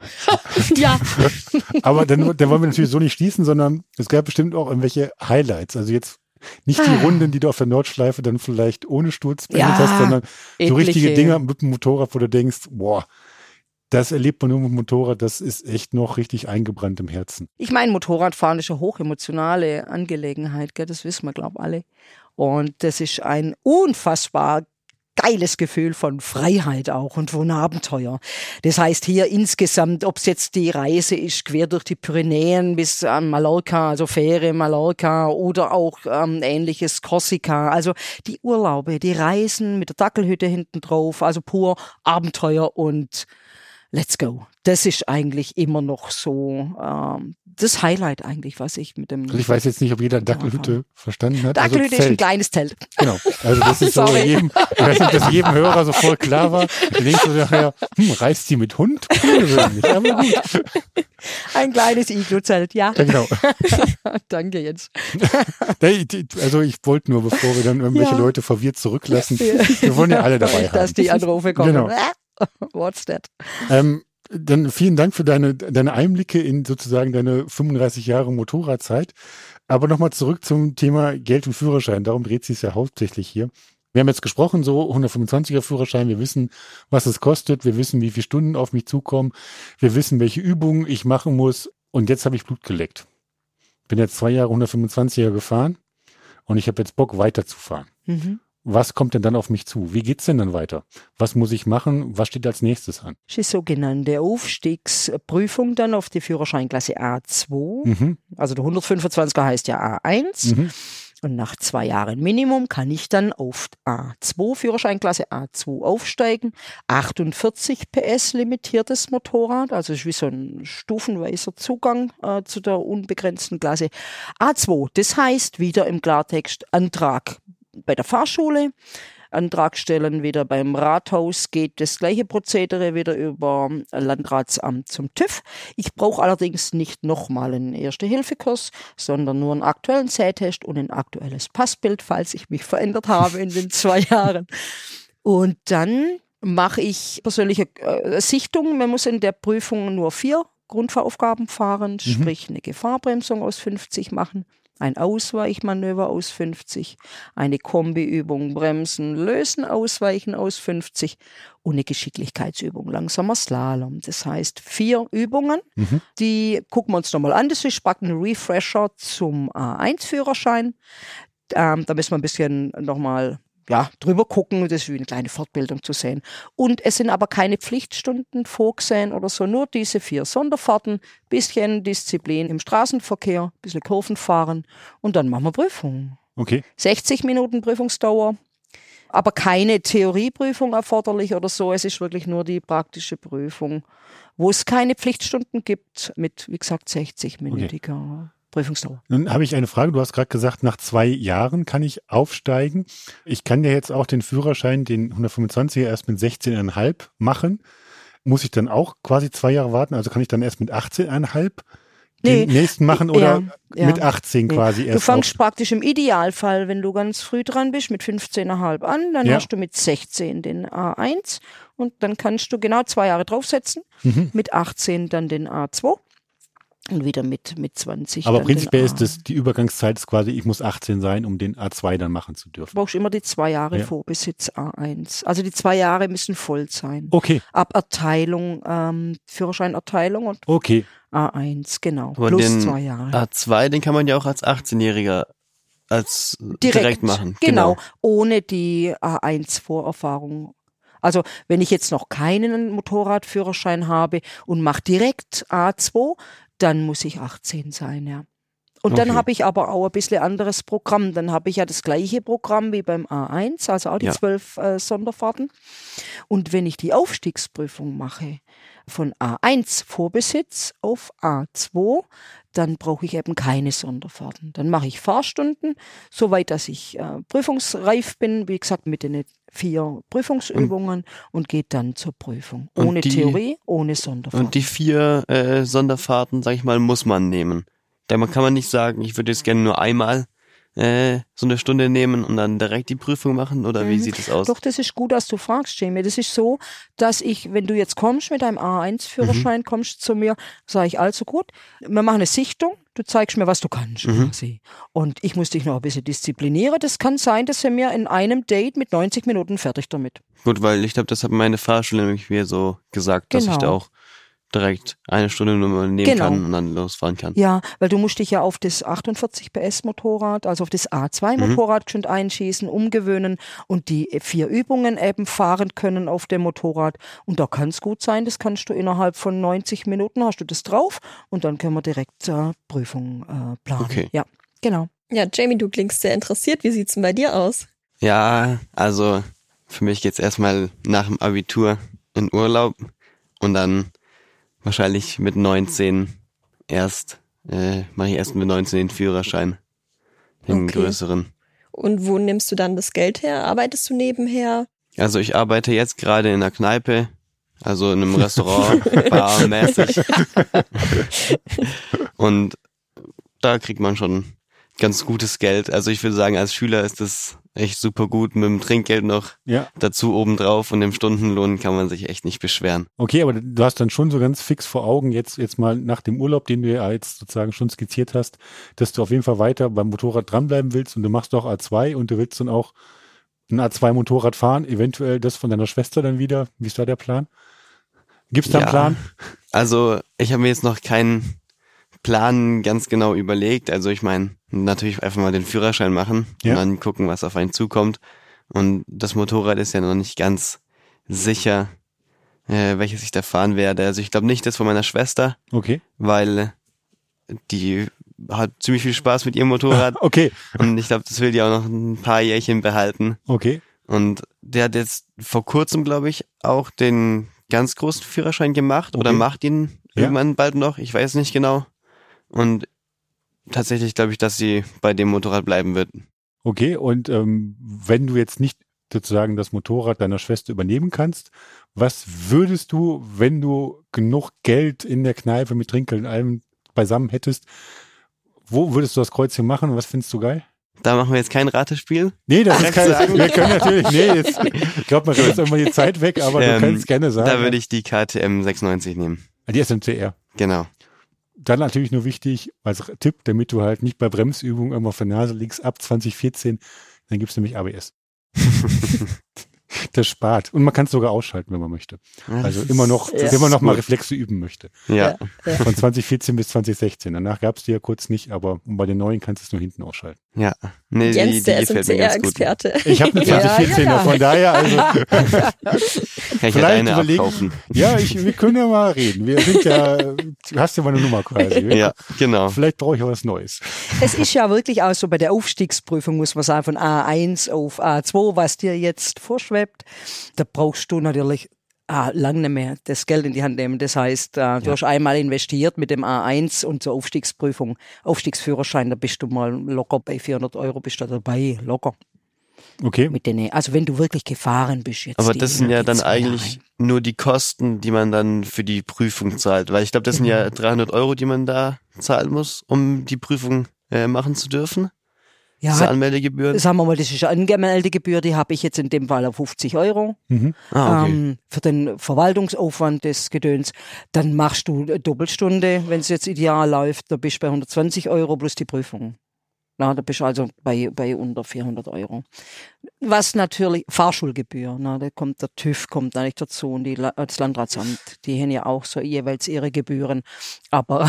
Ja. Aber dann, dann wollen wir natürlich so nicht schließen, sondern es gab bestimmt auch irgendwelche Highlights. Also jetzt nicht die Runden, die du auf der Nordschleife dann vielleicht ohne Sturz beendet Ja, hast, sondern so richtige etliche. Dinger mit dem Motorrad, wo du denkst, boah, das erlebt man nur mit dem Motorrad, das ist echt noch richtig eingebrannt im Herzen. Ich meine, Motorradfahren ist eine hochemotionale Angelegenheit, gell? Das wissen wir, glaube ich, alle. Und das ist ein unfassbar geiles Gefühl von Freiheit auch und von Abenteuer. Das heißt hier insgesamt, ob es jetzt die Reise ist, quer durch die Pyrenäen bis an Mallorca, also Fähre Mallorca oder auch ähm, ähnliches Korsika. Also die Urlaube, die Reisen mit der Dackelhütte hinten drauf, also pur Abenteuer und let's go. Das ist eigentlich immer noch so ähm, das Highlight eigentlich, was ich mit dem... Also ich weiß jetzt nicht, ob jeder Dackelhütte verstanden hat. Dackelhütte also ist ein Zelt. kleines Zelt. Genau. Also das ist so Sorry. jedem, ich weiß nicht, ob das jedem Hörer so voll klar war. Du denkst du nachher, hm, reist die mit Hund? Ungewöhnlich, aber gut. Ein kleines Iglu-Zelt, ja. Ja, genau. Danke jetzt. Also ich wollte nur, bevor wir dann irgendwelche Ja. Leute verwirrt zurücklassen, wir wollen ja alle dabei Dass haben. die Anrufe kommen. Genau. What's that? Ähm, dann vielen Dank für deine, deine Einblicke in sozusagen deine fünfunddreißig Jahre Motorradzeit. Aber nochmal zurück zum Thema Geld und Führerschein. Darum dreht sich ja hauptsächlich hier. Wir haben jetzt gesprochen, so hundertfünfundzwanziger Führerschein. Wir wissen, was es kostet. Wir wissen, wie viele Stunden auf mich zukommen. Wir wissen, welche Übungen ich machen muss. Und jetzt habe ich Blut geleckt. Bin jetzt zwei Jahre hundertfünfundzwanziger gefahren und ich habe jetzt Bock weiterzufahren. Mhm. Was kommt denn dann auf mich zu? Wie geht's denn dann weiter? Was muss ich machen? Was steht als nächstes an? Das ist die sogenannte Aufstiegsprüfung dann auf die Führerscheinklasse A zwei. Mhm. Also der hundertfünfundzwanziger heißt ja A eins. Mhm. Und nach zwei Jahren Minimum kann ich dann auf A zwei, Führerscheinklasse A zwei aufsteigen. achtundvierzig P S limitiertes Motorrad, also ist wie so ein stufenweiser Zugang äh, zu der unbegrenzten Klasse A zwei. Das heißt wieder im Klartext Antrag bei der Fahrschule, Antrag stellen wieder beim Rathaus, geht das gleiche Prozedere wieder über Landratsamt zum TÜV. Ich brauche allerdings nicht nochmal einen Erste-Hilfe-Kurs, sondern nur einen aktuellen Sehtest und ein aktuelles Passbild, falls ich mich verändert habe in den zwei Jahren. Und dann mache ich persönliche äh, Sichtung. Man muss in der Prüfung nur vier Grundfahraufgaben fahren, Mhm. sprich eine Gefahrbremsung aus fünfzig machen, ein Ausweichmanöver aus fünfzig, eine Kombiübung Bremsen, Lösen, Ausweichen aus fünfzig und eine Geschicklichkeitsübung, langsamer Slalom. Das heißt vier Übungen, Mhm. die gucken wir uns nochmal an. Das ist praktisch ein Refresher zum A eins Führerschein. Ähm, da müssen wir ein bisschen nochmal ja, drüber gucken, das ist wie eine kleine Fortbildung zu sehen. Und es sind aber keine Pflichtstunden vorgesehen oder so, nur diese vier Sonderfahrten, bisschen Disziplin im Straßenverkehr, bisschen Kurven fahren und dann machen wir Prüfungen. Okay. sechzig Minuten Prüfungsdauer, aber keine Theorieprüfung erforderlich oder so, es ist wirklich nur die praktische Prüfung, wo es keine Pflichtstunden gibt mit, wie gesagt, sechzig-minütiger Prüfungsdauer. Nun habe ich eine Frage. Du hast gerade gesagt, nach zwei Jahren kann ich aufsteigen. Ich kann ja jetzt auch den Führerschein, den hundertfünfundzwanziger, erst mit sechzehn Komma fünf machen. Muss ich dann auch quasi zwei Jahre warten? Also kann ich dann erst mit achtzehn Komma fünf den Nee. nächsten machen oder Ja, ja. mit achtzehn Nee. quasi Du erst fängst auf? praktisch im Idealfall, wenn du ganz früh dran bist, mit fünfzehn Komma fünf an, dann Ja. hast du mit sechzehn den A eins und dann kannst du genau zwei Jahre draufsetzen, Mhm. mit achtzehn dann den A zwei. Und wieder mit, mit zwanzig. Aber dann prinzipiell den ist das, die Übergangszeit ist quasi, ich muss achtzehn sein, um den A zwei dann machen zu dürfen. Du brauchst immer die zwei Jahre Ja. Vorbesitz A eins. Also die zwei Jahre müssen voll sein. Okay, Ab Erteilung, ähm, Führerscheinerteilung und okay. A eins, genau. Aber Plus den zwei Jahre. A zwei, den kann man ja auch als achtzehnjähriger als direkt, machen. Genau, ohne die A eins Vorerfahrung. Also wenn ich jetzt noch keinen Motorradführerschein habe und mache direkt A zwei, dann muss ich achtzehn sein, ja. Und dann Okay. habe ich aber auch ein bisschen anderes Programm. Dann habe ich ja das gleiche Programm wie beim A eins, also auch die Ja. zwölf äh, Sonderfahrten. Und wenn ich die Aufstiegsprüfung mache, von A eins Vorbesitz auf A zwei, dann brauche ich eben keine Sonderfahrten. Dann mache ich Fahrstunden, soweit dass ich äh, prüfungsreif bin, wie gesagt, mit den vier Prüfungsübungen und gehe dann zur Prüfung. Und Ohne die- Theorie, ohne Sonderfahrten. Und die vier äh, Sonderfahrten, sag ich mal, muss man nehmen. Da kann man nicht sagen, ich würde jetzt gerne nur einmal äh, so eine Stunde nehmen und dann direkt die Prüfung machen, oder wie Mhm. sieht es aus? Doch, das ist gut, dass du fragst, Jamie. Das ist so, dass ich, wenn du jetzt kommst mit deinem A eins Führerschein, Mhm. kommst zu mir, sage ich, also gut, wir machen eine Sichtung, du zeigst mir, was du kannst. Mhm. quasi. Und ich muss dich noch ein bisschen disziplinieren. Das kann sein, dass wir mir in einem Date mit neunzig Minuten fertig damit. Gut, weil ich glaube, das hat meine Fahrschule nämlich mir so gesagt, dass ich Genau. da auch direkt eine Stunde nur mal nehmen Genau. kann und dann losfahren kann. Ja, weil du musst dich ja auf das achtundvierzig P S Motorrad, also auf das A zwei Motorrad schon einschießen, umgewöhnen und die vier Übungen eben fahren können auf dem Motorrad. Und da kann es gut sein, das kannst du innerhalb von neunzig Minuten, hast du das drauf und dann können wir direkt äh, Prüfung äh, planen. Okay. Ja, genau. Ja, Jamie, du klingst sehr interessiert. Wie sieht's denn bei dir aus? Ja, also für mich geht's erstmal nach dem Abitur in Urlaub und dann wahrscheinlich mit neunzehn erst, äh, mache ich erst mit neunzehn den Führerschein. Den Okay. größeren. Und wo nimmst du dann das Geld her? Arbeitest du nebenher? Also ich arbeite jetzt gerade in einer Kneipe, also in einem Restaurant, barmäßig. Und da kriegt man schon ganz gutes Geld. Also ich würde sagen, als Schüler ist das echt super gut, mit dem Trinkgeld noch Ja, dazu obendrauf und dem Stundenlohn kann man sich echt nicht beschweren. okay, aber du hast dann schon so ganz fix vor Augen, jetzt, jetzt mal nach dem Urlaub, den du ja jetzt sozusagen schon skizziert hast, dass du auf jeden Fall weiter beim Motorrad dranbleiben willst und du machst auch A zwei und du willst dann auch ein A zwei Motorrad fahren, eventuell das von deiner Schwester dann wieder. Wie ist da der Plan? Gibt's da einen Ja. Plan? Also ich habe mir jetzt noch keinen Plan ganz genau überlegt. Also ich meine, natürlich einfach mal den Führerschein machen Ja. und dann gucken, was auf einen zukommt. Und das Motorrad ist ja noch nicht ganz sicher, äh, welches ich da fahren werde. Also ich glaube nicht das von meiner Schwester, Okay. weil die hat ziemlich viel Spaß mit ihrem Motorrad Okay, und ich glaube, das will die auch noch ein paar Jährchen behalten. okay. Und der hat jetzt vor kurzem, glaube ich, auch den ganz großen Führerschein gemacht oder Okay. macht ihn Ja. irgendwann bald noch. Ich weiß nicht genau. Und tatsächlich glaube ich, dass sie bei dem Motorrad bleiben wird. Okay, und ähm, wenn du jetzt nicht sozusagen das Motorrad deiner Schwester übernehmen kannst, was würdest du, wenn du genug Geld in der Kneipe mit Trinkgeld und allem beisammen hättest, wo würdest du das Kreuzchen machen und was findest du geil? Da machen wir jetzt kein Ratespiel. Nee, das ist Direkt kein, sagen. wir können natürlich, nee, jetzt, ich glaube, man kann jetzt irgendwann die Zeit weg, aber du Ähm, kannst gerne sagen. Da würde ich die K T M sechsundneunzig nehmen. Die S M C R. Genau. Dann natürlich nur wichtig, als Tipp, damit du halt nicht bei Bremsübungen immer auf der Nase liegst, ab zwanzig vierzehn, dann gibt's nämlich A B S. Das spart. Und man kann es sogar ausschalten, wenn man möchte. Ja, Also das immer ist- noch, Ja. wenn man noch mal gut. Reflexe üben möchte. Ja. Von zwanzig vierzehn bis zwanzig sechzehn. Danach gab's die ja kurz nicht, aber bei den neuen kannst du es nur hinten ausschalten. Ja. Nee, die, Jens, die der gefällt mir ganz gut. S M C R-Experte. Ich habe eine Ja, zwanzig vierzehn, ja, ja. von daher, also Kann ich halt vielleicht eine überlegen. abkaufen. Ja, ich, wir können ja mal reden. Wir sind ja, du hast ja meine Nummer quasi. Ja, genau. Vielleicht brauche ich auch was Neues. Es ist ja wirklich auch so bei der Aufstiegsprüfung, muss man sagen, von A eins auf A zwei, was dir jetzt vorschwebt, da brauchst du natürlich ah, lang nicht mehr das Geld in die Hand nehmen. Das heißt, äh, du hast einmal investiert mit dem A eins und zur Aufstiegsprüfung, Aufstiegsführerschein, da bist du mal locker bei vierhundert Euro bist du dabei, locker. Okay. Mit denen, also wenn du wirklich gefahren bist jetzt. Aber die- das sind ja die dann zwei eigentlich Jahre. nur die Kosten, die man dann für die Prüfung zahlt. Weil ich glaube, das sind ja dreihundert Euro, die man da zahlen muss, um die Prüfung äh, machen zu dürfen. Ja, Diese Anmeldegebühren? sagen wir mal, das ist eine Anmeldegebühr, die habe ich jetzt in dem Fall auf fünfzig Euro. Mhm. Ah, okay. Ähm, für den Verwaltungsaufwand des Gedöns. Dann machst du eine Doppelstunde, wenn es jetzt ideal läuft, da bist du bei hundertzwanzig Euro plus die Prüfung. Na, da bist du also bei, bei unter vierhundert Euro. Was natürlich, Fahrschulgebühr, na, da kommt der TÜV kommt eigentlich dazu und die, das Landratsamt, die haben ja auch so jeweils ihre Gebühren. Aber,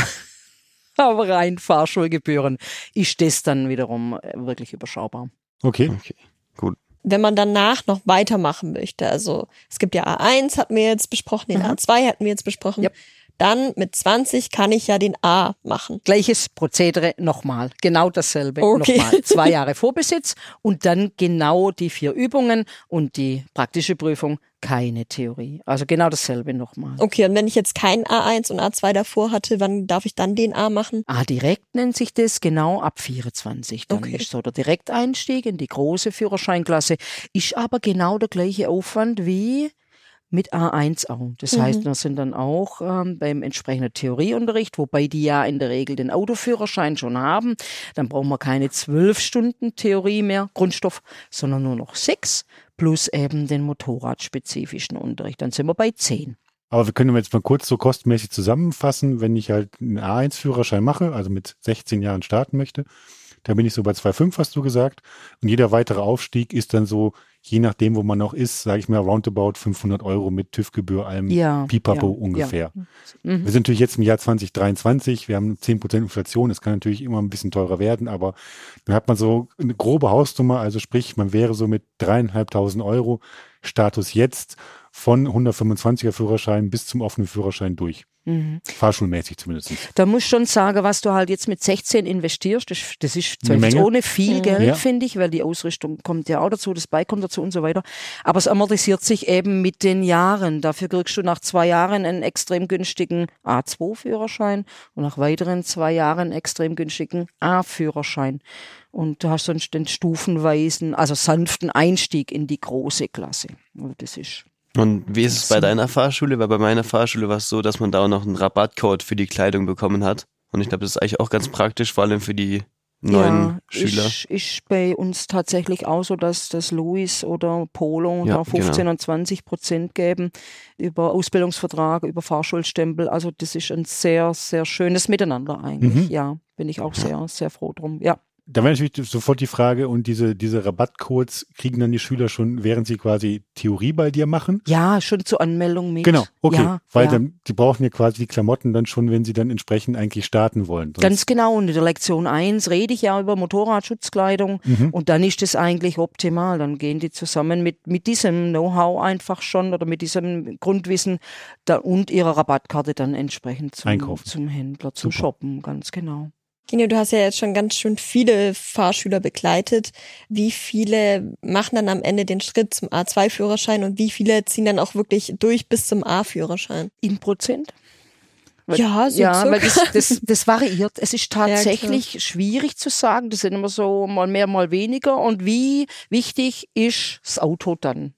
aber rein Fahrschulgebühren ist das dann wiederum wirklich überschaubar. Okay. Okay, gut. Wenn man danach noch weitermachen möchte, also es gibt ja A eins, hatten wir jetzt besprochen, den Mhm. A zwei hatten wir jetzt besprochen, Yep. dann mit zwanzig kann ich ja den A machen. Gleiches Prozedere nochmal, genau dasselbe Okay. nochmal. Zwei Jahre Vorbesitz und dann genau die vier Übungen und die praktische Prüfung, keine Theorie. Also genau dasselbe nochmal. Okay, und wenn ich jetzt kein A eins und A zwei davor hatte, wann darf ich dann den A machen? Ah, direkt nennt sich das, genau ab vierundzwanzig. Dann Okay. ist so der Direkteinstieg in die große Führerscheinklasse, ist aber genau der gleiche Aufwand wie mit A eins auch. Das Mhm. heißt, wir sind dann auch ähm, beim entsprechenden Theorieunterricht, wobei die ja in der Regel den Autoführerschein schon haben. Dann brauchen wir keine zwölf Stunden Theorie mehr, Grundstoff, sondern nur noch sechs plus eben den motorradspezifischen Unterricht. Dann sind wir bei zehn. Aber wir können jetzt mal kurz so kostenmäßig zusammenfassen, wenn ich halt einen A eins Führerschein mache, also mit sechzehn Jahren starten möchte, da bin ich so bei zwei Komma fünf, hast du gesagt. Und jeder weitere Aufstieg ist dann so, je nachdem, wo man noch ist, sage ich mal, roundabout fünfhundert Euro mit TÜV-Gebühr, allem Ja, Pipapo ja, ungefähr. ja. Mhm. Wir sind natürlich jetzt im Jahr zwanzig dreiundzwanzig, wir haben zehn Prozent Inflation, es kann natürlich immer ein bisschen teurer werden, aber dann hat man so eine grobe Hausnummer, also sprich, man wäre so mit dreieinhalbtausend Euro Status jetzt von hundertfünfundzwanziger Führerschein bis zum offenen Führerschein durch. Mhm. Fahrschulmäßig zumindest. Da musst du schon sagen, was du halt jetzt mit sechzehn investierst, das, das ist Eine Menge. ohne viel Mhm. Geld, Ja. finde ich, weil die Ausrüstung kommt ja auch dazu, das Bike kommt dazu und so weiter. Aber es amortisiert sich eben mit den Jahren. Dafür kriegst du nach zwei Jahren einen extrem günstigen A zwei Führerschein und nach weiteren zwei Jahren einen extrem günstigen A-Führerschein. Und du hast sonst den stufenweisen, also sanften Einstieg in die große Klasse. Also das ist Und wie ist es bei deiner Fahrschule? Weil bei meiner Fahrschule war es so, dass man da auch noch einen Rabattcode für die Kleidung bekommen hat. Und ich glaube, das ist eigentlich auch ganz praktisch, vor allem für die neuen ja, Schüler. Ist, ist bei uns tatsächlich auch so, dass das Louis oder Polo Ja, da fünfzehn genau. und zwanzig Prozent geben über Ausbildungsvertrag, über Fahrschulstempel. Also das ist ein sehr, sehr schönes Miteinander eigentlich. Mhm. Ja, bin ich auch sehr, sehr froh drum. Ja. Da wäre natürlich sofort die Frage, und diese, diese Rabattcodes kriegen dann die Schüler schon, während sie quasi Theorie bei dir machen? Ja, schon zur Anmeldung mit. Genau, okay. Ja, Weil ja. dann, die brauchen ja quasi die Klamotten dann schon, wenn sie dann entsprechend eigentlich starten wollen. Sonst- Ganz genau. Und in der Lektion eins rede ich ja über Motorradschutzkleidung. Mhm. Und dann ist das eigentlich optimal. Dann gehen die zusammen mit, mit diesem Know-how einfach schon oder mit diesem Grundwissen da, und ihrer Rabattkarte dann entsprechend zum, Einkaufen. zum Händler, zum Super. Shoppen. Ganz genau. Kino, du hast ja jetzt schon ganz schön viele Fahrschüler begleitet. Wie viele machen dann am Ende den Schritt zum A zwei Führerschein und wie viele ziehen dann auch wirklich durch bis zum A-Führerschein? In Prozent? Weil, Ja, so ja, circa. weil das, das, das variiert. Es ist Ja, tatsächlich schwierig zu sagen. Das sind immer so mal mehr, mal weniger. Und wie wichtig ist das Auto dann?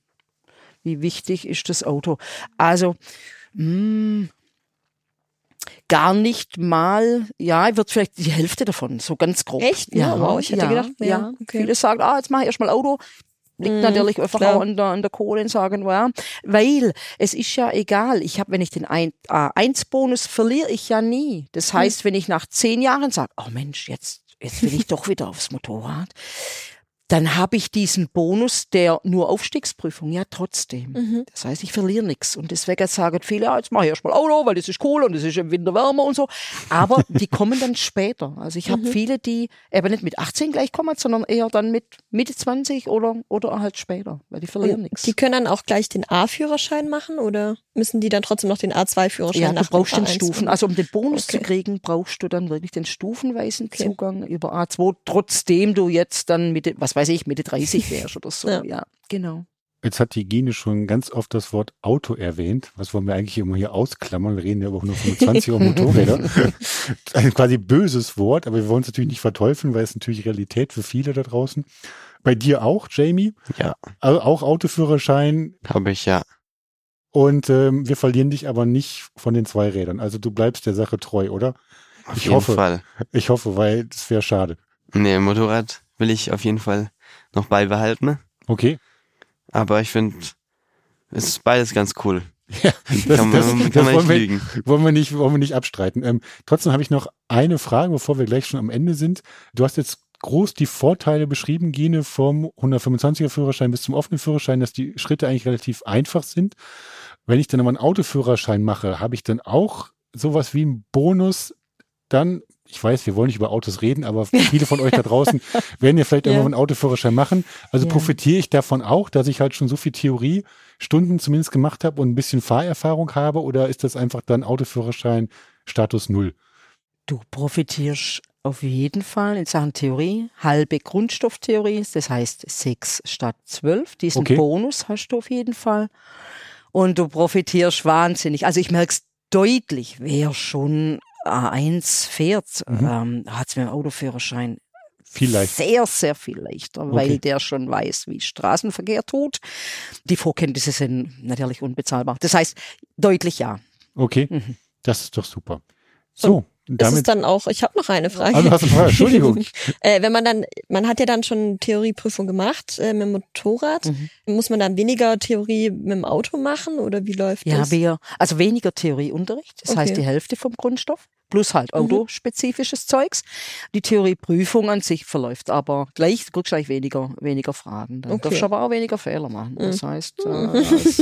Wie wichtig ist das Auto? Also, mh, gar nicht mal, ja, wird vielleicht die Hälfte davon, so ganz grob. Echt? Ja, wow, ich hätte ja, gedacht, mehr. ja. Okay. Viele sagen, ah, jetzt mache ich erstmal Auto. Liegt Mhm, natürlich einfach klar. auch an der, an der Kohle und sagen, ja, weil es ist ja egal. Ich habe, wenn ich den A eins Bonus verliere ich ja nie. Das heißt, wenn ich nach zehn Jahren sage, oh Mensch, jetzt, jetzt will ich doch wieder aufs Motorrad, dann habe ich diesen Bonus der nur Aufstiegsprüfung, ja trotzdem. Mhm. Das heißt, ich verliere nichts. Und deswegen sagen viele, ja, jetzt mache ich erstmal Auto, weil das ist cool und das ist im Winter wärmer und so. Aber die kommen dann später. Also ich habe Mhm. viele, die eben nicht mit achtzehn gleich kommen, sondern eher dann mit Mitte zwanzig oder, oder halt später, weil die verlieren nichts. Die können dann auch gleich den A-Führerschein machen oder müssen die dann trotzdem noch den A zwei Führerschein Ja, du nach brauchst dem den A eins Stufen. machen? Also um den Bonus Okay. zu kriegen, brauchst du dann wirklich den stufenweisen Okay. Zugang über A zwei, trotzdem du jetzt dann Mitte, was weiß ich, Mitte dreißig wärst oder so. Ja. Ja, genau. Jetzt hat die Gine schon ganz oft das Wort Auto erwähnt. Was wollen wir eigentlich immer hier ausklammern? Wir reden ja über hundertfünfundzwanzig Euro Motorräder. Ein quasi böses Wort, aber wir wollen es natürlich nicht verteufeln, weil es natürlich Realität für viele da draußen. Bei dir auch, Jamie? Ja, Also auch Autoführerschein. habe ich ja. Und ähm, wir verlieren dich aber nicht von den zwei Rädern. Also du bleibst der Sache treu, oder? Auf Ich jeden hoffe. Fall. Ich hoffe, weil das wäre schade. Nee, Motorrad will ich auf jeden Fall noch beibehalten. Okay. Aber ich finde, es ist beides ganz cool. Ja, das, kann man, das, kann das man wollen, nicht wir, lügen. wollen, wir nicht, wollen wir nicht abstreiten. Ähm, trotzdem habe ich noch eine Frage, bevor wir gleich schon am Ende sind. Du hast jetzt groß die Vorteile beschrieben, Gine, vom hundertfünfundzwanziger Führerschein bis zum offenen Führerschein, dass die Schritte eigentlich relativ einfach sind. Wenn ich dann aber einen Autoführerschein mache, habe ich dann auch sowas wie einen Bonus dann, ich weiß, wir wollen nicht über Autos reden, aber viele von euch da draußen werden ja vielleicht Ja. irgendwann einen Autoführerschein machen. Also Ja. profitiere ich davon auch, dass ich halt schon so viel Theoriestunden zumindest gemacht habe und ein bisschen Fahrerfahrung habe, oder ist das einfach dann Autoführerschein Status Null? Du profitierst auf jeden Fall in Sachen Theorie, halbe Grundstofftheorie, das heißt sechs statt zwölf. Diesen Okay. Bonus hast du auf jeden Fall. Und du profitierst wahnsinnig. Also ich merke es deutlich, wer schon A eins fährt, Mhm. ähm, hat es mit dem Autoführerschein Viel leichter. sehr, sehr viel leichter, Okay. weil der schon weiß, wie Straßenverkehr tut. Die Vorkenntnisse sind natürlich unbezahlbar. Das heißt, deutlich ja. Okay, Mhm. das ist doch super. So, Ist es damit. dann auch, ich habe noch eine Frage. Also hast du eine Frage, Entschuldigung. Äh, wenn man dann, man hat ja dann schon Theorieprüfung gemacht äh, mit dem Motorrad. Mhm. Muss man dann weniger Theorie mit dem Auto machen oder wie läuft Ja, das? wir, also weniger Theorieunterricht, das heißt Okay. die Hälfte vom Grundstoff, plus halt Mhm. autospezifisches Zeugs. Die Theorieprüfung an sich verläuft aber gleich, du kriegst gleich weniger, weniger Fragen. Dann Okay. darfst du aber auch weniger Fehler machen. Das heißt, äh, Mhm.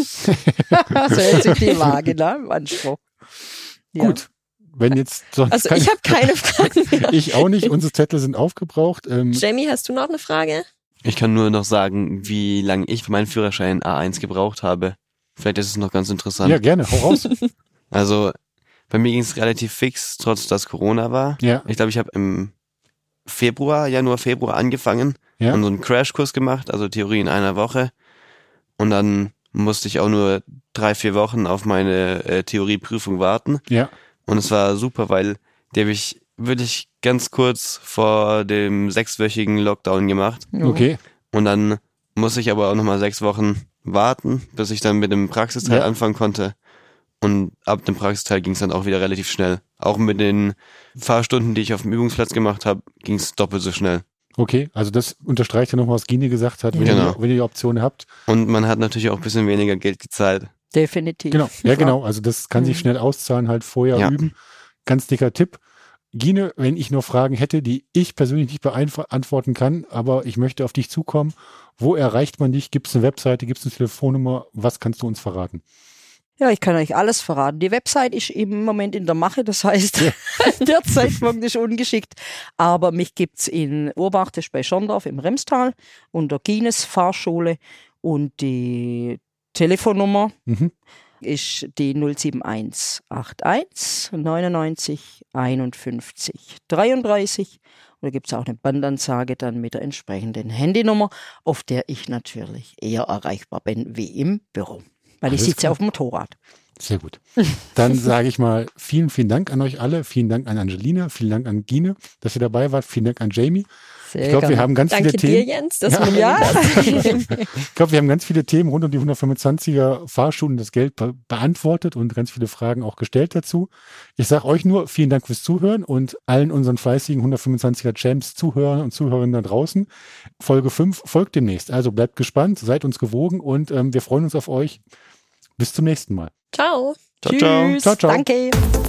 so hält sich die Waage, ne, im Anspruch. Ja. Gut, wenn jetzt sonst Also keine- ich habe keine Fragen mehr. ich auch nicht, unsere Zettel sind aufgebraucht. Ähm, Jamie, hast du noch eine Frage? Ich kann nur noch sagen, wie lange ich für meinen Führerschein A eins gebraucht habe. Vielleicht ist es noch ganz interessant. ja, gerne, hau raus. Also bei mir ging es relativ fix, trotz dass Corona war. Ja, Ich glaube, ich habe im Februar, Januar, Februar angefangen ja. und so einen Crashkurs gemacht, also Theorie in einer Woche. Und dann musste ich auch nur drei, vier Wochen auf meine äh, Theorieprüfung warten. Ja, Und es war super, weil die habe ich wirklich ganz kurz vor dem sechswöchigen Lockdown gemacht. Ja. okay. Und dann musste ich aber auch nochmal sechs Wochen warten, bis ich dann mit dem Praxisteil Ja. anfangen konnte. Und ab dem Praxisteil ging es dann auch wieder relativ schnell. Auch mit den Fahrstunden, die ich auf dem Übungsplatz gemacht habe, ging es doppelt so schnell. Okay, also das unterstreicht ja nochmal, was Gine gesagt hat, wenn, Genau. ihr, wenn ihr die Option habt. Und man hat natürlich auch ein bisschen weniger Geld gezahlt. Definitiv. Genau, ja genau, also das kann sich Mhm. schnell auszahlen, halt vorher Ja. üben. Ganz dicker Tipp. Gine, wenn ich noch Fragen hätte, die ich persönlich nicht beantworten kann, aber ich möchte auf dich zukommen, wo erreicht man dich? Gibt es eine Webseite, gibt es eine Telefonnummer? Was kannst du uns verraten? Ja, ich kann euch alles verraten. Die Website ist im Moment in der Mache, das heißt, der Zeitpunkt ist ungeschickt. Aber mich gibt's in Urbach, das ist bei Schorndorf im Remstal, unter Gines Fahrschule, und die Telefonnummer Mhm. ist die null sieben eins acht eins neunundneunzig einundfünfzig dreiunddreißig. Und da gibt's auch eine Bandansage dann mit der entsprechenden Handynummer, auf der ich natürlich eher erreichbar bin wie im Büro. Weil ich Alles sitze klar. auf dem Motorrad. Sehr gut. Dann sage ich mal vielen, vielen Dank an euch alle. Vielen Dank an Angelina, vielen Dank an Gine, dass ihr dabei wart. Vielen Dank an Jamie. Sehr Ich glaube, wir gerne. haben ganz Danke viele dir, Themen. Jens, dass Ja. du mir Ja. Ich glaube, wir haben ganz viele Themen rund um die hundertfünfundzwanziger Fahrschulen, das Geld be beantwortet und ganz viele Fragen auch gestellt dazu. Ich sage euch nur vielen Dank fürs Zuhören und allen unseren fleißigen hundertfünfundzwanziger Champs Zuhörern und Zuhörerinnen da draußen. Folge fünf folgt demnächst. Also bleibt gespannt, seid uns gewogen und ähm, wir freuen uns auf euch. Bis zum nächsten Mal. Ciao. Ciao, ciao. Tschüss. Ciao, ciao. Danke.